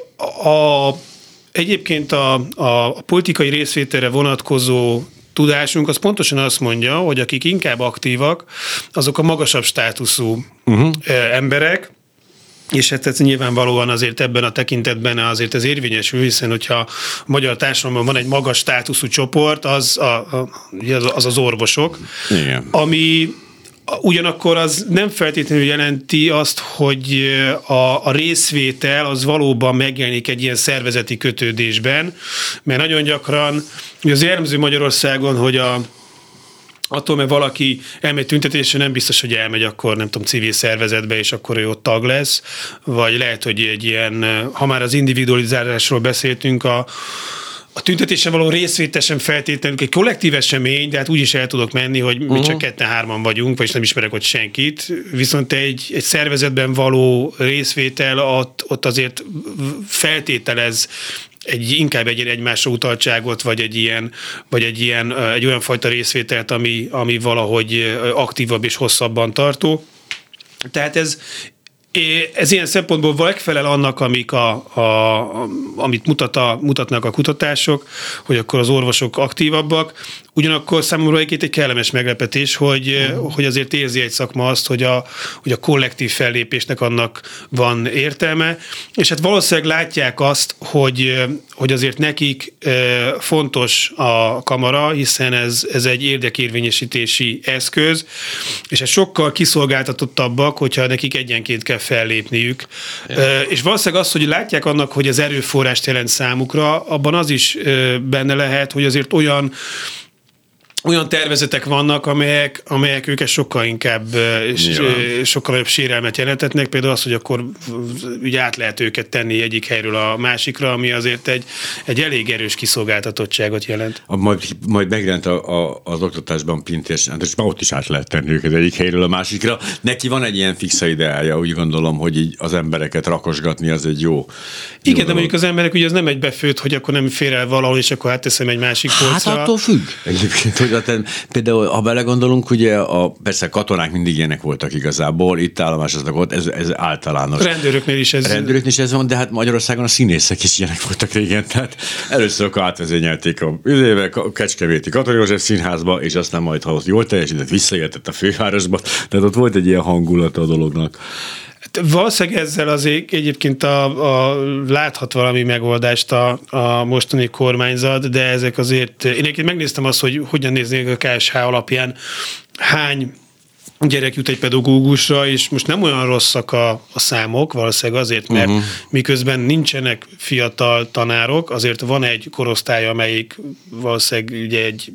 egyébként a politikai részvételre vonatkozó tudásunk az pontosan azt mondja, hogy akik inkább aktívak, azok a magasabb státuszú emberek, és hát ez nyilvánvalóan azért ebben a tekintetben azért ez érvényesül, hiszen hogyha a magyar társadalomban van egy magas státuszú csoport, az az orvosok, igen. Ami ugyanakkor az nem feltétlenül jelenti azt, hogy a részvétel az valóban megjelenik egy ilyen szervezeti kötődésben, mert nagyon gyakran, az jellemző Magyarországon, hogy attól, mert valaki elmegy tüntetésre, nem biztos, hogy elmegy akkor, nem tudom, civil szervezetbe, és akkor ő ott tag lesz, vagy lehet, hogy egy ilyen, ha már az individualizálásról beszéltünk, a a tüntetésen való részvétel sem feltétlenül egy kollektív esemény, de hát úgy is el tudok menni, hogy mi csak 2-3 vagyunk, vagyis nem ismerek ott senkit, viszont egy szervezetben való részvétel ott azért feltételez inkább egy egymásra utaltságot, vagy egy olyan fajta részvételt, ami valahogy aktívabb és hosszabban tartó. Tehát ez ilyen szempontból megfelel annak, amit mutatnak a kutatások, hogy akkor az orvosok aktívabbak. Ugyanakkor számomra egy kellemes meglepetés, hogy azért érzi egy szakma azt, hogy a kollektív fellépésnek annak van értelme, és hát valószínűleg látják azt, hogy azért nekik fontos a kamara, hiszen ez egy érdekérvényesítési eszköz, és ez sokkal kiszolgáltatottabbak, hogyha nekik egyenként kell fellépniük. Ja. És valószínűleg az, hogy látják annak, hogy az erőforrást jelent számukra, abban az is benne lehet, hogy azért olyan tervezetek vannak, amelyek őket sokkal inkább sokkal nagyobb sérelmet jelentetnek. Például az, hogy akkor ugye át lehet őket tenni egyik helyről a másikra, ami azért egy elég erős kiszolgáltatottságot jelent. Majd megjelent az oktatásban Pintér, és már ott is át lehet tenni őket egyik helyről a másikra. Neki van egy ilyen fixa ideája, úgy gondolom, hogy így az embereket rakosgatni az egy jó. Igen, de mondjuk az emberek ugye az nem egy befőtt, hogy akkor nem fér el valahol, és akkor átteszem egy másik polcra. Hát attól függ egyébként. Például, ha belegondolunk, ugye persze katonák mindig ilyenek voltak igazából, itt állomásoztak ott, ez általános. Rendőröknél is ez van, de hát Magyarországon a színészek is ilyenek voltak régen, tehát először akkor átvezényelték a Kecskeméti Katona József Színházba, és aztán majd, ha ott jól teljesített, visszajöhetett a fővárosba, tehát ott volt egy ilyen hangulata a dolognak. Valószínűleg ezzel azért egyébként láthat valami megoldást a mostani kormányzat, de ezek azért, én egyébként megnéztem azt, hogy hogyan néznék a KSH alapján, hány gyerek jut egy pedagógusra, és most nem olyan rosszak a számok, valószínűleg azért, mert miközben nincsenek fiatal tanárok, azért van egy korosztály, amelyik valószínűleg ugye egy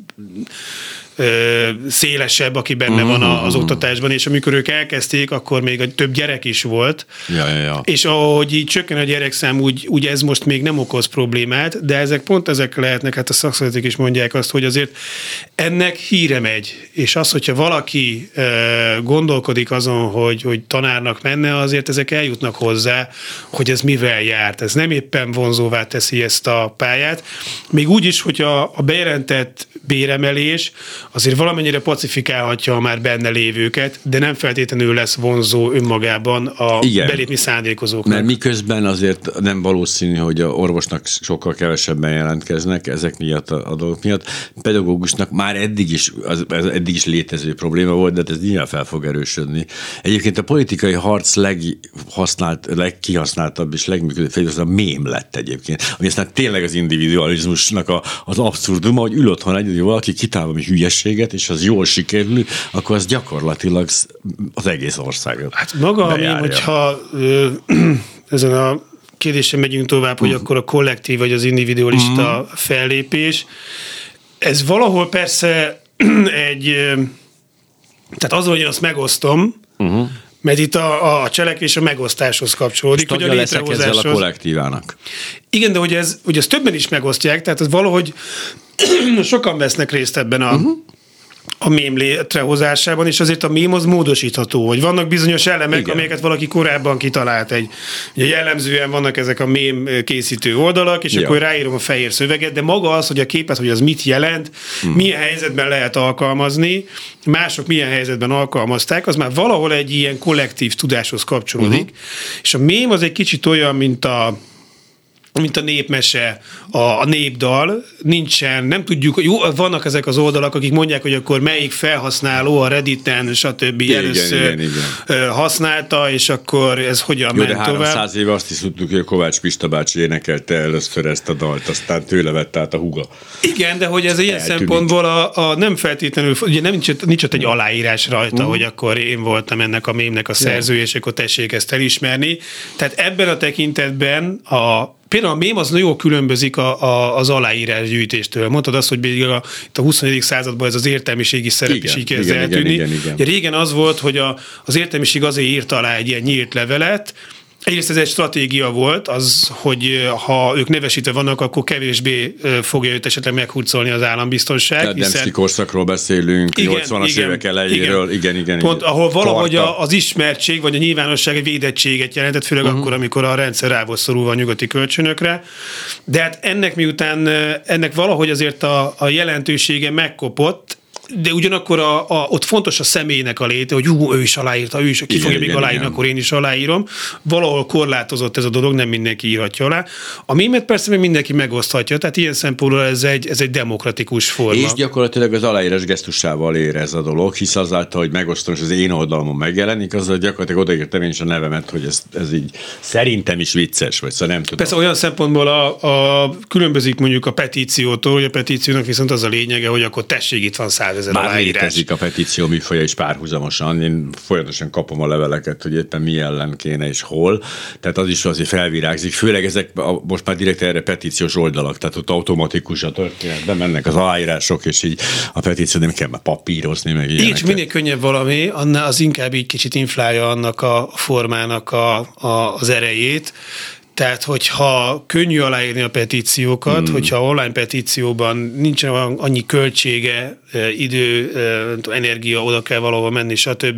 szélesebb, aki benne van az oktatásban, és amikor ők elkezdték, akkor még több gyerek is volt. Ja. És ahogy így csökken a gyerekszám, úgy ez most még nem okoz problémát, de ezek lehetnek, hát a szakszervezetek is mondják azt, hogy azért ennek híre megy. És az, hogyha valaki gondolkodik azon, hogy tanárnak menne, azért ezek eljutnak hozzá, hogy ez mivel járt. Ez nem éppen vonzóvá teszi ezt a pályát. Még úgy is, hogy a bejelentett béremelés azért valamennyire pacifikálhatja a már benne lévőket, de nem feltétlenül lesz vonzó önmagában a belépni szándékozóknak. Mert miközben azért nem valószínű, hogy a orvosnak sokkal kevesebben jelentkeznek ezek miatt a dolgok miatt. Pedagógusnak már eddig is létező probléma volt, de ez nyilván fel fog erősödni. Egyébként a politikai harc legkihasználtabb és legműködőbb az a mém lett egyébként, ami aztán tényleg az individualizmusnak az abszurduma, hogy ül otthon egyedül valaki kitál valami hülyeséget, és az jól sikerül, akkor az gyakorlatilag az egész országot hát maga, hogyha ezen a kérdésen megyünk tovább, hogy akkor a kollektív vagy az individualista fellépés, ez valahol persze tehát az, hogy én azt megosztom, mert itt a cselekvés a megosztáshoz kapcsolódik. És tagja leszek ezzel a kollektívának. Igen, de hogy ezt többen is megosztják, tehát ez valahogy sokan vesznek részt ebben a mém létrehozásában, és azért a mém az módosítható, hogy vannak bizonyos elemek, amelyeket valaki korábban kitalált. Ugye jellemzően vannak ezek a mém készítő oldalak, és akkor ráírom a fehér szöveget, de maga az, hogy a képet, hogy az mit jelent, milyen helyzetben lehet alkalmazni, mások milyen helyzetben alkalmazták, az már valahol egy ilyen kollektív tudáshoz kapcsolódik. És a mém az egy kicsit olyan, mint a népmese, a népdal, nem tudjuk, jó, vannak ezek az oldalak, akik mondják, hogy akkor melyik felhasználó a Redditen, stb. Először használta, és akkor ez hogyan ment tovább. 300 éve azt is tudtuk, hogy a Kovács Pista bácsi énekelte először ezt a dalt, aztán tőle vett át a húga. Igen, de hogy ez ilyen szempontból a nem feltétlenül, ugye nincs ott egy aláírás rajta, hogy akkor én voltam ennek a mémnek a szerzője, és akkor tessék ezt elismerni. Tehát ebben a tekintetben például a mém az nagyon különbözik az aláírásgyűjtéstől. Mondtad azt, hogy itt a 21. században ez az értelmiségi szerep is így kezd eltűnni. Igen. Régen az volt, hogy az értelmiség azért írt alá egy ilyen nyílt levelet, Egyrészt ez egy stratégia volt, az, hogy ha ők nevesítve vannak, akkor kevésbé fogja őt esetleg meghurcolni az állambiztonság. Tehát Dembski korszakról beszélünk, 80-as évek elejéről, igen. Pont, ahol valahogy az ismertség, vagy a nyilvánosság egy védettséget jelentett, főleg akkor, amikor a rendszer rá volt szorulva a nyugati kölcsönökre. De hát ennek valahogy azért a jelentősége megkopott, de ugyanakkor ott fontos a személynek a léte, hogy ő is aláírta, ő is, ki fogja még aláírni, akkor én is aláírom. Valahol korlátozott ez a dolog, nem mindenki írhatja alá. A mémet persze még mindenki megoszthatja, tehát ilyen szempontból ez egy demokratikus forma. És gyakorlatilag az aláírás gesztusával ér ez a dolog, hisz azáltal, hogy megosztom, és az én oldalamon megjelenik, azzal gyakorlatilag odaírtam én is a nevemet, hogy ez így szerintem is vicces, vagy szóval nem tudom. Persze olyan szempontból különbözik mondjuk a petíciótól, hogy a petíciónak viszont az a lényege, hogy akkor tessék, itt van 100 000 már aláírás. Létezik a petíció műfaja is párhuzamosan. Én folyamatosan kapom a leveleket, hogy éppen mi ellen kéne és hol. Tehát az is azért felvirágzik. Főleg ezek most már direkt erre petíciós oldalak, tehát ott automatikus a történetben mennek az aláírások, és így a petíció nem kell már papírozni, meg ilyeneket. Így minél könnyebb valami, annál az inkább így kicsit inflálja annak a formának az erejét. Tehát, hogyha könnyű aláírni a petíciókat, hogyha online petícióban nincsen annyi költsége, idő, energia, oda kell valahova menni, stb.,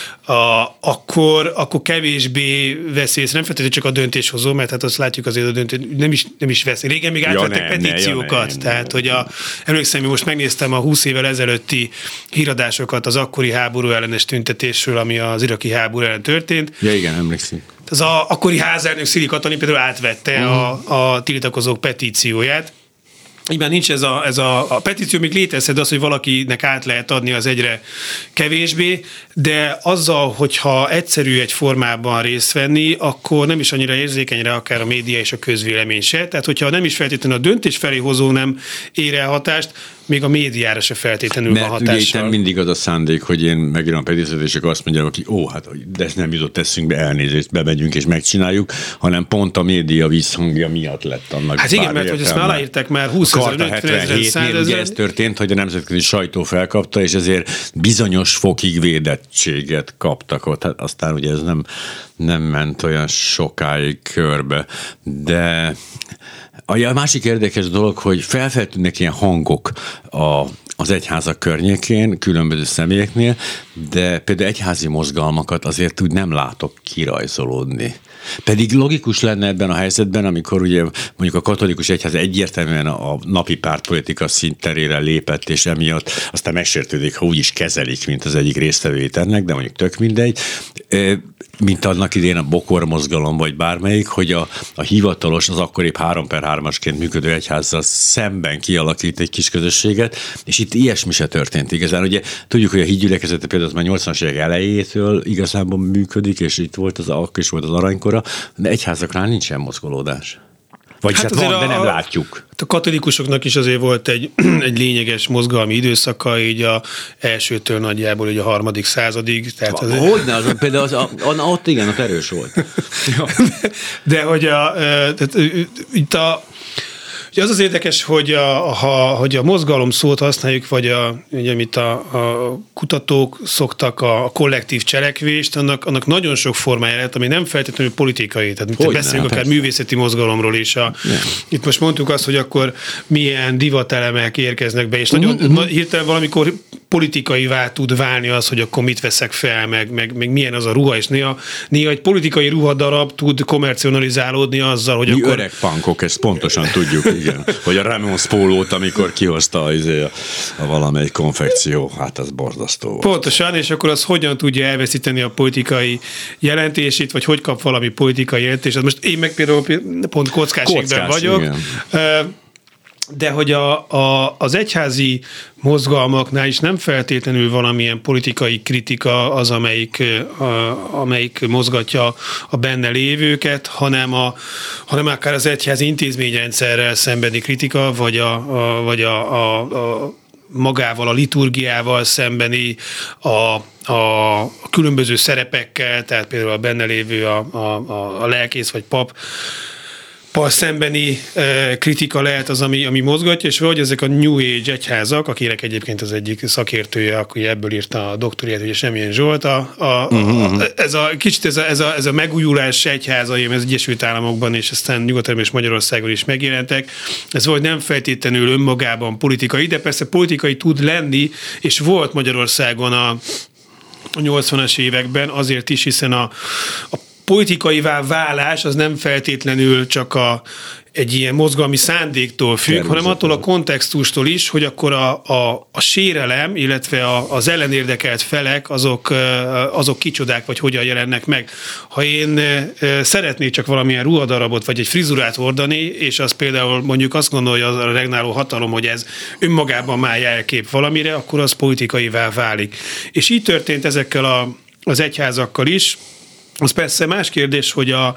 akkor kevésbé veszi észre. Nem feltétlenül csak a döntéshozó, mert hát azt látjuk azért a döntés, nem is veszi. Régen még átvettek petíciókat. Tehát, hogy emlékszem, hogy most megnéztem a 20 évvel ezelőtti híradásokat az akkori háború ellenes tüntetésről, ami az iraki háború ellen történt. Ja, igen, emlékszem. Az akkori házelnök Szili Katalin például átvette a tiltakozók petícióját. Így már nincs ez a petíció, még létezhet az, hogy valakinek át lehet adni, az egyre kevésbé, de azzal, hogyha egyszerű egy formában részt venni, akkor nem is annyira érzékenyre akár a média és a közvélemény se. Tehát, hogyha nem is feltétlenül a döntés felé hozó nem ér el hatást, még a médiára se feltétlenül van hatással. Mert ugye itt mindig az a szándék, hogy én megírom a petíciót, és akkor azt mondják, hogy de ez nem jutott eszünkbe, elnézést, bemegyünk és megcsináljuk, hanem pont a média visszhangja miatt lett annak. Hát igen, mert hogy ezt már aláírták már 20 000, 50 000, 100 000. Ugye ez történt, hogy a nemzetközi sajtó felkapta, és ezért bizonyos fokig védettséget kaptak ott. Hát aztán ugye ez nem ment olyan sokáig körbe, de a másik érdekes dolog, hogy felfeltűnnek ilyen hangok az egyházak környékén, különböző személyeknél, de például egyházi mozgalmakat azért úgy nem látok kirajzolódni. Pedig logikus lenne ebben a helyzetben, amikor ugye mondjuk a katolikus egyház egyértelműen a napi pártpolitika szintterére lépett, és emiatt aztán megsértődik, ha úgy is kezelik, mint az egyik résztvevőjét ennek, de mondjuk tök mindegy, mint annak idén a Bokor mozgalom, vagy bármelyik, hogy a hivatalos, az akkor épp 3x3-asként működő egyházzal szemben kialakít egy kis közösséget, és itt ilyesmi se történt igazán. Ugye tudjuk, hogy a hídgyülekezete például az már 80-as évek elejétől igazából működik, és itt volt akkor is volt az aranykora, de egyházaknál nincsen mozgolódás. Vagyis hát van, de nem látjuk. A katolikusoknak is azért volt egy lényeges mozgalmi időszaka, így a elsőtől nagyjából így a 3. századig. Tehát hogyne, az például ott igen, ott erős volt. De hogy itt ugye az érdekes, hogy a mozgalom szót használjuk, vagy ugye, amit a kutatók szoktak a kollektív cselekvést, annak nagyon sok formája lehet, ami nem feltétlenül politikai. Tehát beszélünk akár művészeti mozgalomról is. Itt most mondtuk azt, hogy akkor milyen divatelemek érkeznek be, és nagyon hirtelen valamikor politikaivá tud válni az, hogy akkor mit veszek fel, meg milyen az a ruha, és néha egy politikai ruhadarab tud kommercionalizálódni azzal, hogy mi akkor... öreg punkok, ezt pontosan tudjuk, igen. Hogy a Ramones pólót, amikor kihozta a valamelyik konfekció, hát az borzasztó volt. Pontosan, és akkor az hogyan tudja elveszíteni a politikai jelentését, vagy hogy kap valami politikai jelentést. Most én meg például pont kockáségben vagyok. Igen. De hogy az egyházi mozgalmaknál is nem feltétlenül valamilyen politikai kritika az, amelyik mozgatja a benne lévőket, hanem akár az egyházi intézményrendszerrel szembeni kritika, vagy a magával, a liturgiával szembeni, a különböző szerepekkel, tehát például a benne lévő a lelkész vagy pap, szembeni kritika lehet az, ami mozgatja, és vagy ezek a New Age egyházak, akinek egyébként az egyik szakértője, aki ebből írta a doktoriát, ugye Semjén Zsolt, ez a megújulás egyházai, az Egyesült Államokban, és aztán Nyugat-Európában és Magyarországon is megjelentek, ez vagy nem feltétlenül önmagában politikai, de persze politikai tud lenni, és volt Magyarországon a 80-as években azért is, hiszen a politikaivá válás az nem feltétlenül csak egy ilyen mozgalmi szándéktól függ, hanem attól a kontextustól is, hogy akkor a sérelem, illetve az ellenérdekelt felek, azok kicsodák, vagy hogyan jelennek meg. Ha én szeretnék csak valamilyen ruhadarabot, vagy egy frizurát hordani, és az például mondjuk azt gondolja a regnáló hatalom, hogy ez önmagában már jelkép valamire, akkor az politikaivá válik. És így történt ezekkel az egyházakkal is. Az persze más kérdés, hogy a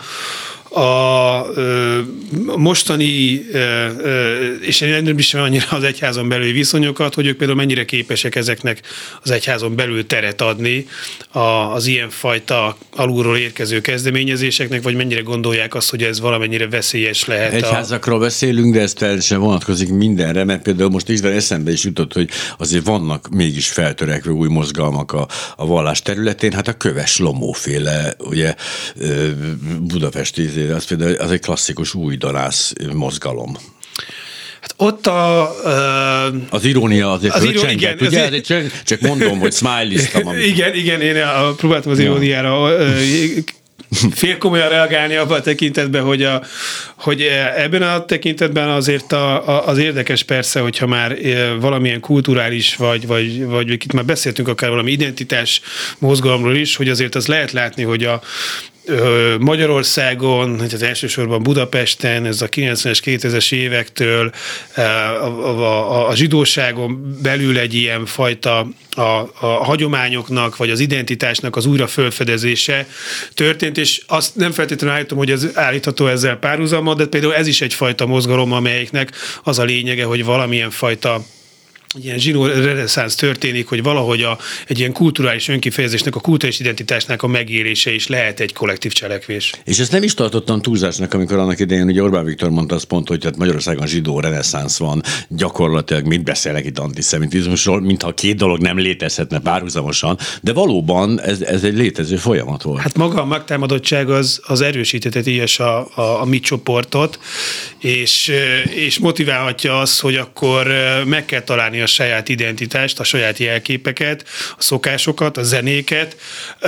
mostani, és nem is annyira az egyházon belüli viszonyokat, hogy ők például mennyire képesek ezeknek az egyházon belül teret adni az ilyenfajta alulról érkező kezdeményezéseknek, vagy mennyire gondolják azt, hogy ez valamennyire veszélyes lehet. Egyházakról beszélünk, de ez teljesen vonatkozik mindenre, mert például most István eszembe is jutott, hogy azért vannak mégis feltörekvő új mozgalmak a vallás területén, hát a Köves Lomóféle, ugye budapesti az például az egy klasszikus újdonász mozgalom. Hát ott az irónia azért fölcsengett, ugye? Azért csak mondom, hogy smiley-ztam. Igen, én próbáltam az iróniára félkomolyan reagálni abban a tekintetben, hogy ebben a tekintetben azért az érdekes persze, hogyha már valamilyen kulturális, vagy itt már beszéltünk akár valami identitás mozgalomról is, hogy azért az lehet látni, hogy a Magyarországon, az elsősorban Budapesten, ez a 90-es, 2000-es évektől a zsidóságon belül egy ilyen fajta a hagyományoknak, vagy az identitásnak az újra felfedezése történt, és azt nem feltétlenül állítom, hogy ez állítható ezzel párhuzamban, de például ez is egyfajta mozgalom, amelyiknek az a lényege, hogy valamilyen fajta ilyen zsidó reneszánsz történik, hogy valahogy egy ilyen kulturális önkifejezésnek, a kulturális identitásnak a megélése is lehet egy kollektív cselekvés. És ezt nem is tartottam túlzásnak, amikor annak idején ugye Orbán Viktor mondta azt pont, hogy hát Magyarországon zsidó reneszánsz van, gyakorlatilag mit beszélnek itt antiszemitizmusról, mintha két dolog nem létezhetne párhuzamosan, de valóban ez egy létező folyamat volt. Hát maga a megtámadottság az erősített ilyes a mi csoportot, és motiválhatja azt, hogy akkor meg kell találni a saját identitást, a saját jelképeket, a szokásokat, a zenéket,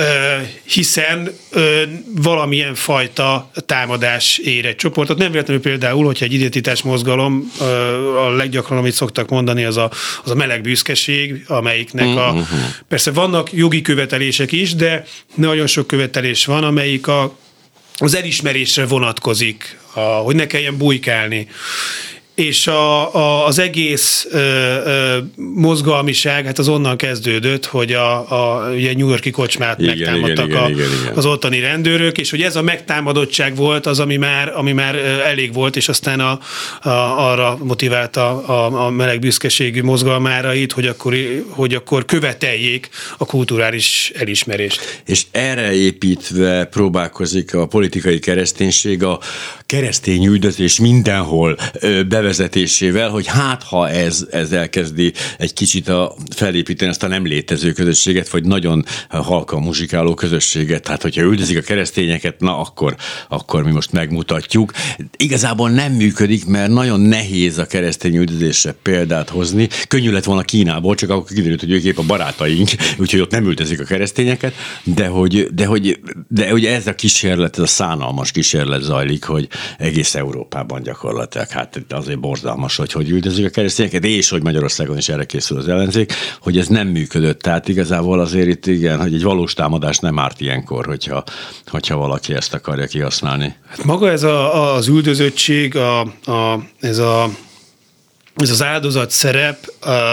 hiszen valamilyen fajta támadás ér egy csoportot. Nem véletlenül például, hogyha egy identitás mozgalom, a leggyakrabban, amit szoktak mondani, az a meleg büszkeség, amelyiknek persze vannak jogi követelések is, de nagyon sok követelés van, amelyik az elismerésre vonatkozik, hogy ne kelljen bujkálni. És az egész mozgalmiság, hát az onnan kezdődött, hogy ugye New York-i kocsmát megtámadtak az ottani rendőrök, és hogy ez a megtámadottság volt az, ami már elég volt, és aztán arra motiválta a meleg büszkeségű mozgalmárait, hogy akkor követeljék a kulturális elismerést. És erre építve próbálkozik a politikai kereszténység a keresztény üldözés mindenhol bevezetésével, hogy hát ha ez elkezdi egy kicsit felépíteni ezt a nem létező közösséget, vagy nagyon halkan muzsikáló közösséget, hát hogyha üldözik a keresztényeket, na akkor mi most megmutatjuk. Igazából nem működik, mert nagyon nehéz a keresztény üldözésre példát hozni. Könnyű lett volna Kínából, csak akkor kiderült, hogy ők épp a barátaink, úgyhogy ott nem üldözik a keresztényeket, de hogy ez a kísérlet, ez a szánalmas kísérlet zajlik, hogy egész Európában gyakorlatilag, hát azért borzalmas, hogy üldözik a keresztényeket, és hogy Magyarországon is erre készül az ellenzék, hogy ez nem működött. Tehát igazából azért itt igen, hogy egy valós támadás nem árt ilyenkor, hogyha valaki ezt akarja kihasználni. Hát maga ez az üldözöttség, ez az áldozat szerep,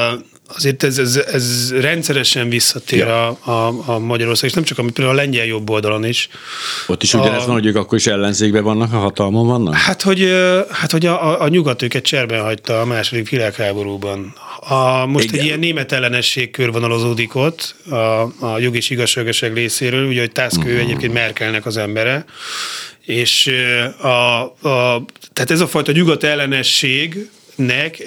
azért ez rendszeresen visszatér a Magyarország, és nem csak például a lengyel jobb oldalon is. Ott is ugyanez van, hogy ők akkor is ellenzékben vannak, a hatalmon vannak? Hát, hogy a nyugat őket cserben hagyta a második világháborúban. Most igen. Egy ilyen német ellenesség körvonalazódik ott a jog és igazságosság részéről, ugye, hogy Tusk ő egyébként Merkelnek az embere, és tehát ez a fajta nyugat ellenességnek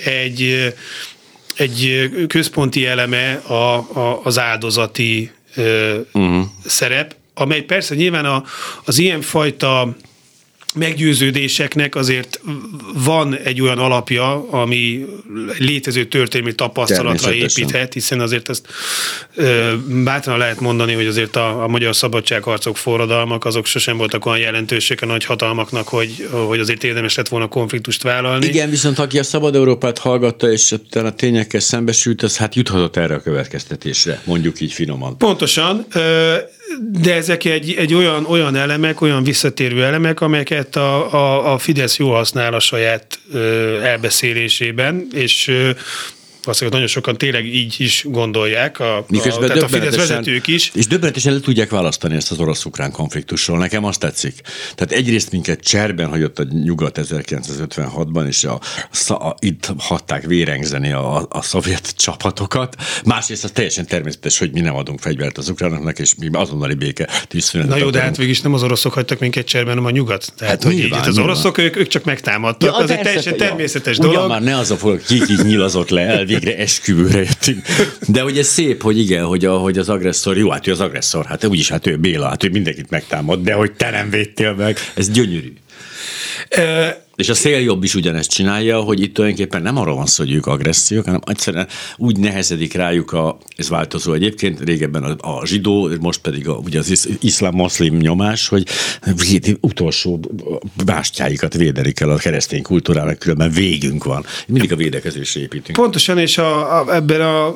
egy központi eleme az áldozati szerep, amely persze nyilván az ilyenfajta meggyőződéseknek azért van egy olyan alapja, ami létező történelmi tapasztalatra építhet, hiszen azért ezt bátran lehet mondani, hogy azért a magyar szabadságharcok, forradalmak, azok sosem voltak olyan jelentősek a nagy hatalmaknak, hogy azért érdemes lett volna konfliktust vállalni. Igen, viszont aki a Szabad Európát hallgatta, és a tényekkel szembesült, az hát juthatott erre a következtetésre, mondjuk így finoman. Pontosan, de ezek egy olyan elemek, olyan visszatérő elemek, amelyeket a Fidesz jól használ a saját elbeszélésében, és valószínűleg nagyon sokan tényleg így is gondolják, tehát a Fidesz vezetők is. És döbbenetesen le tudják választani ezt az orosz-ukrán konfliktusról. Nekem azt tetszik. Tehát egyrészt minket cserben hagyott a nyugat 1956-ban, és itt hagyták vérengzeni a szovjet csapatokat. Másrészt az teljesen természetes, hogy mi nem adunk fegyvert az ukránoknak, és mi azonnali béke tűzszünetet. Na jó, de hát végülis nem az oroszok hagytak minket cserben, hanem a nyugat. Tehát, hogy nyilván, így, az oroszok, ők csak megtámadtak. Az egy teljesen természetes dolog. Ugyan már ne az a fog, ki nyilazott le, végre esküvőre jöttünk. De hogy ez szép, hogy igen, hogy az agresszor, jó, hát ő az agresszor, hát úgyis, hát ő Béla, hát ő mindenkit megtámad, de hogy te nem védtél meg, ez gyönyörű. És a széljobb is ugyanezt csinálja, hogy itt tulajdonképpen nem arról van szó, hogy ők agressziók, hanem egyszerűen úgy nehezedik rájuk, ez változó egyébként, régebben a zsidó, most pedig ugye az iszlám-moszlim nyomás, hogy utolsó bástyáikat védeni kell a keresztény kultúrának, különben végünk van. Mindig a védekezésre építünk. Pontosan, és ebben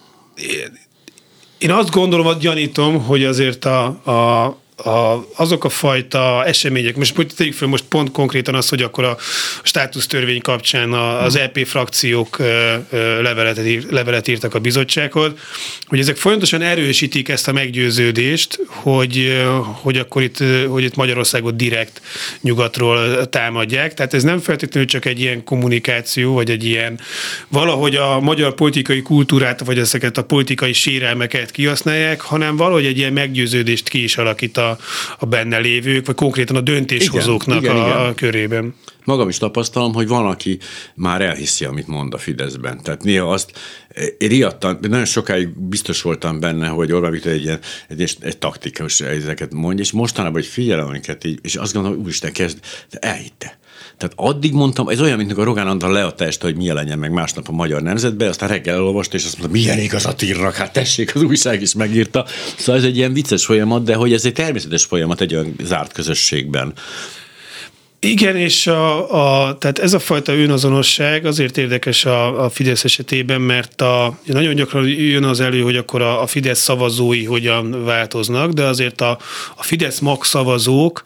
én azt gondolom, hogy gyanítom, hogy azért azok a fajta események, most tegyük fel most pont konkrétan az, hogy akkor a státusztörvény kapcsán az EP frakciók levelet írtak a bizottsághoz, hogy ezek folyamatosan erősítik ezt a meggyőződést, hogy akkor itt Magyarországot direkt nyugatról támadják. Tehát ez nem feltétlenül csak egy ilyen kommunikáció, vagy egy ilyen valahogy a magyar politikai kultúrát, vagy ezeket a politikai sérelmeket kihasználják, hanem valahogy egy ilyen meggyőződést ki is alakít a benne lévők, vagy konkrétan a döntéshozóknak igen. körében. Magam is tapasztalom, hogy van, aki már elhiszi, amit mond a Fideszben. Tehát néha azt riadtan, nagyon sokáig biztos voltam benne, hogy Orbán Viktor egy taktikus ezeket mondja, és mostanában, hogy figyelem amiket így, és azt gondolom, hogy úristen kezd, de elhitte. Tehát addig mondtam, ez olyan, mint a Rogán Antal leadta este, hogy mi jelenjen meg másnap a Magyar Nemzetbe, aztán reggel elolvasta, és azt mondta, milyen igazat írnak, hát tessék, az újság is megírta. Szóval ez egy ilyen vicces folyamat, de hogy ez egy természetes folyamat egy olyan zárt közösségben. Igen, és tehát ez a fajta önazonosság azért érdekes a Fidesz esetében, mert nagyon gyakran jön az elő, hogy akkor a Fidesz szavazói hogyan változnak, de azért a Fidesz magszavazók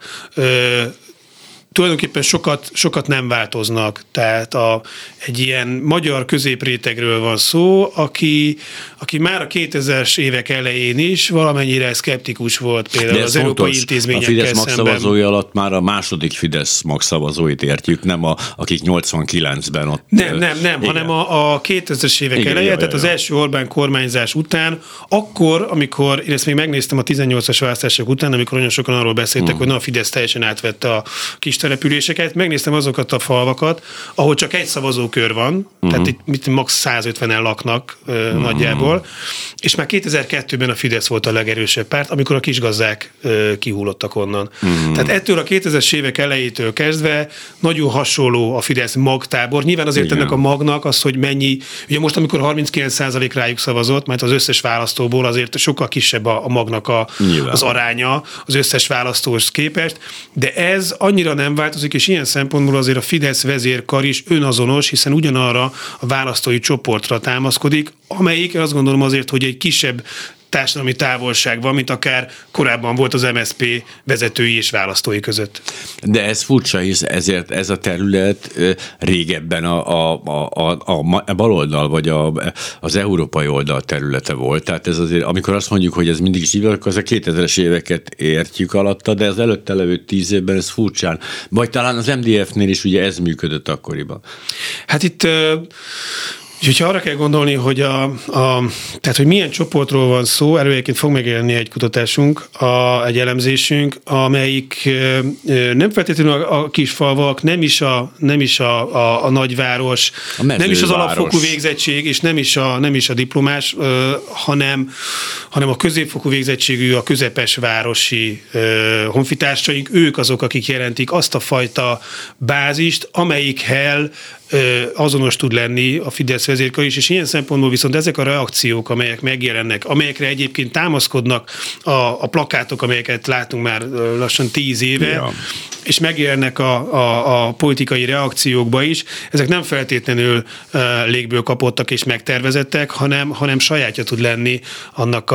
tulajdonképpen sokat nem változnak. Tehát egy ilyen magyar középrétegről van szó, aki már a 2000-es évek elején is valamennyire szkeptikus volt például az európai intézményekkel szemben. A Fidesz magszavazói alatt már a második Fidesz magszavazóit értjük, nem akik 89-ben ott... Nem, hanem a 2000-es évek eleje, tehát az első Orbán kormányzás után, akkor, amikor, én ezt még megnéztem a 18-as választások után, amikor nagyon sokan arról beszéltek, hogy a Fidesz teljesen átvette a kis településeket, megnéztem azokat a falvakat, ahol csak egy szavazókör van, tehát itt max. 150-en laknak nagyjából, és már 2002-ben a Fidesz volt a legerősebb párt, amikor a kisgazdák kihullottak onnan. Tehát ettől a 2000-es évek elejétől kezdve nagyon hasonló a Fidesz magtábor. Nyilván azért ennek a magnak az, hogy mennyi, ugye most amikor 39% rájuk szavazott, mert az összes választóból azért sokkal kisebb a magnak az aránya az összes választóhoz képest, de ez annyira nem változik, és ilyen szempontból azért a Fidesz vezérkar is önazonos, hiszen ugyanarra a választói csoportra támaszkodik, amelyik azt gondolom azért, hogy egy kisebb társadalmi távolság van, mint akár korábban volt az MSZP vezetői és választói között. De ez furcsa, hisz ezért ez a terület régebben a baloldal vagy az európai oldal területe volt. Tehát ez azért, amikor azt mondjuk, hogy ez mindig is így, akkor az a 2000-es éveket értjük alatta, de az előtte levő 10 évben ez furcsán. Vagy talán az MDF-nél is ugye ez működött akkoriban. Hát itt... Úgyhogy arra kell gondolni, hogy tehát, hogy milyen csoportról van szó, erről egyébként fog megjelenni egy kutatásunk, egy elemzésünk, amelyik nem feltétlenül a kisfalvak, nem is a nagyváros, nem is az alapfokú végzettség, és nem is a diplomás, hanem a középfokú végzettségű, a közepes városi honfitársaink, ők azok, akik jelentik azt a fajta bázist, amelyikkel azonos tud lenni a Fidesz vezérkar is, és ilyen szempontból viszont ezek a reakciók, amelyek megjelennek, amelyekre egyébként támaszkodnak a plakátok, amelyeket látunk már lassan 10 éve, ja. És megjelennek a politikai reakciókba is, ezek nem feltétlenül légből kapottak és megtervezettek, hanem sajátja tud lenni annak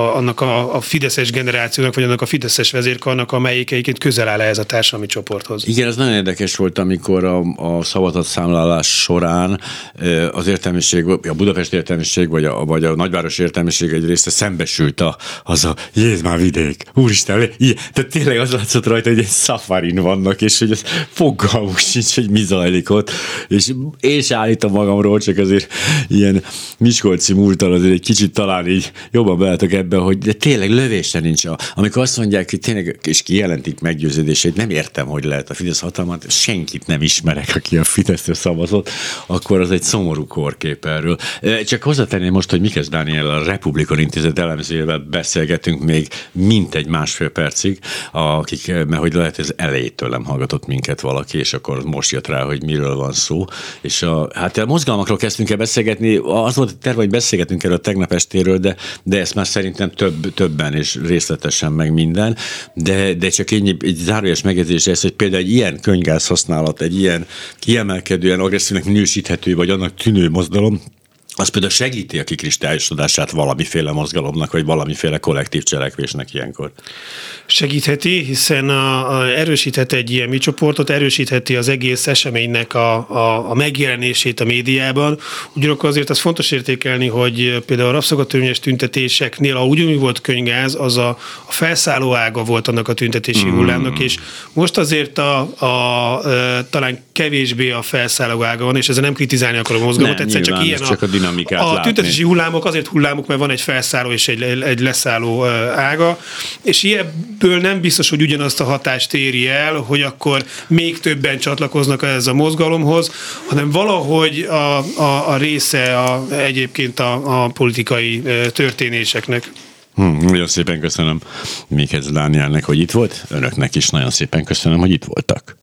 a fideszes generációnak, vagy annak a fideszes vezérkarnak, amelyik egyébként közel áll ehhez a társadalmi csoporthoz. Igen, ez nagyon érdekes volt, amikor a szavazatszámlálás során az értelmiség, a Budapest értelmiség, vagy a nagyváros értelmiség egy része szembesült az a jéz már vidék, úristen, tehát tényleg az látszott rajta, hogy egy szafarin vannak, és hogy ez fogalmuk sincs, hogy mi zajlik ott, és én se állítom magamról, csak azért ilyen miskolci múltal azért egy kicsit talán így jobban beálltak ebben, hogy de tényleg lövésre nincs. Amikor azt mondják, hogy tényleg, és kijelentik meggyőződését, nem értem, hogy lehet a Fidesz hatalmat, senkit nem ismerek, aki a Fideszre szavazott, akkor az egy szomorú korkép erről. Csak hozzátenném most, hogy Mikes Dániel a Republikon Intézet elemzőjével beszélgetünk még mintegy 1,5 percig, mert hogy lehet, hogy az elejétől nem hallgatott minket valaki, és akkor most jött rá, hogy miről van szó. És hát a mozgalmakról kezdtünk el beszélgetni, az volt a terve, hogy beszélgetünk erről a tegnap estéről, de ezt már szerintem többen és részletesen meg minden, de csak egy zárójeles megjegyzés ez, hogy például egy ilyen könyvgáz használat, egy ilyen kiemelkedően agresszívnek minősíthető, vagy annak tűnő mozgalom, az például segíti a kikristályosodását valamiféle mozgalomnak, vagy valamiféle kollektív cselekvésnek ilyenkor. Segítheti, hiszen erősíthet egy ilyen mi csoportot, erősítheti az egész eseménynek a megjelenését a médiában. Ugyanakkor azért az fontos értékelni, hogy például a rabszolgatörvényes tüntetéseknél, ahol ugyanúgy volt könyvgáz, az a felszálló ága volt annak a tüntetési hullámnak, és most azért talán kevésbé a felszálló ága van, és ezzel nem kritizálni akarom a mozgalmat, egyszer csak ilyen csak a dinamikát a tüntetési hullámok azért hullámok, mert van egy felszálló és egy leszálló ága, és ilyebből nem biztos, hogy ugyanazt a hatást éri el, hogy akkor még többen csatlakoznak ehhez a mozgalomhoz, hanem valahogy a része egyébként a politikai történéseknek. Nagyon szépen köszönöm Mikes Dánielnek, hogy itt volt, önöknek is nagyon szépen köszönöm, hogy itt voltak.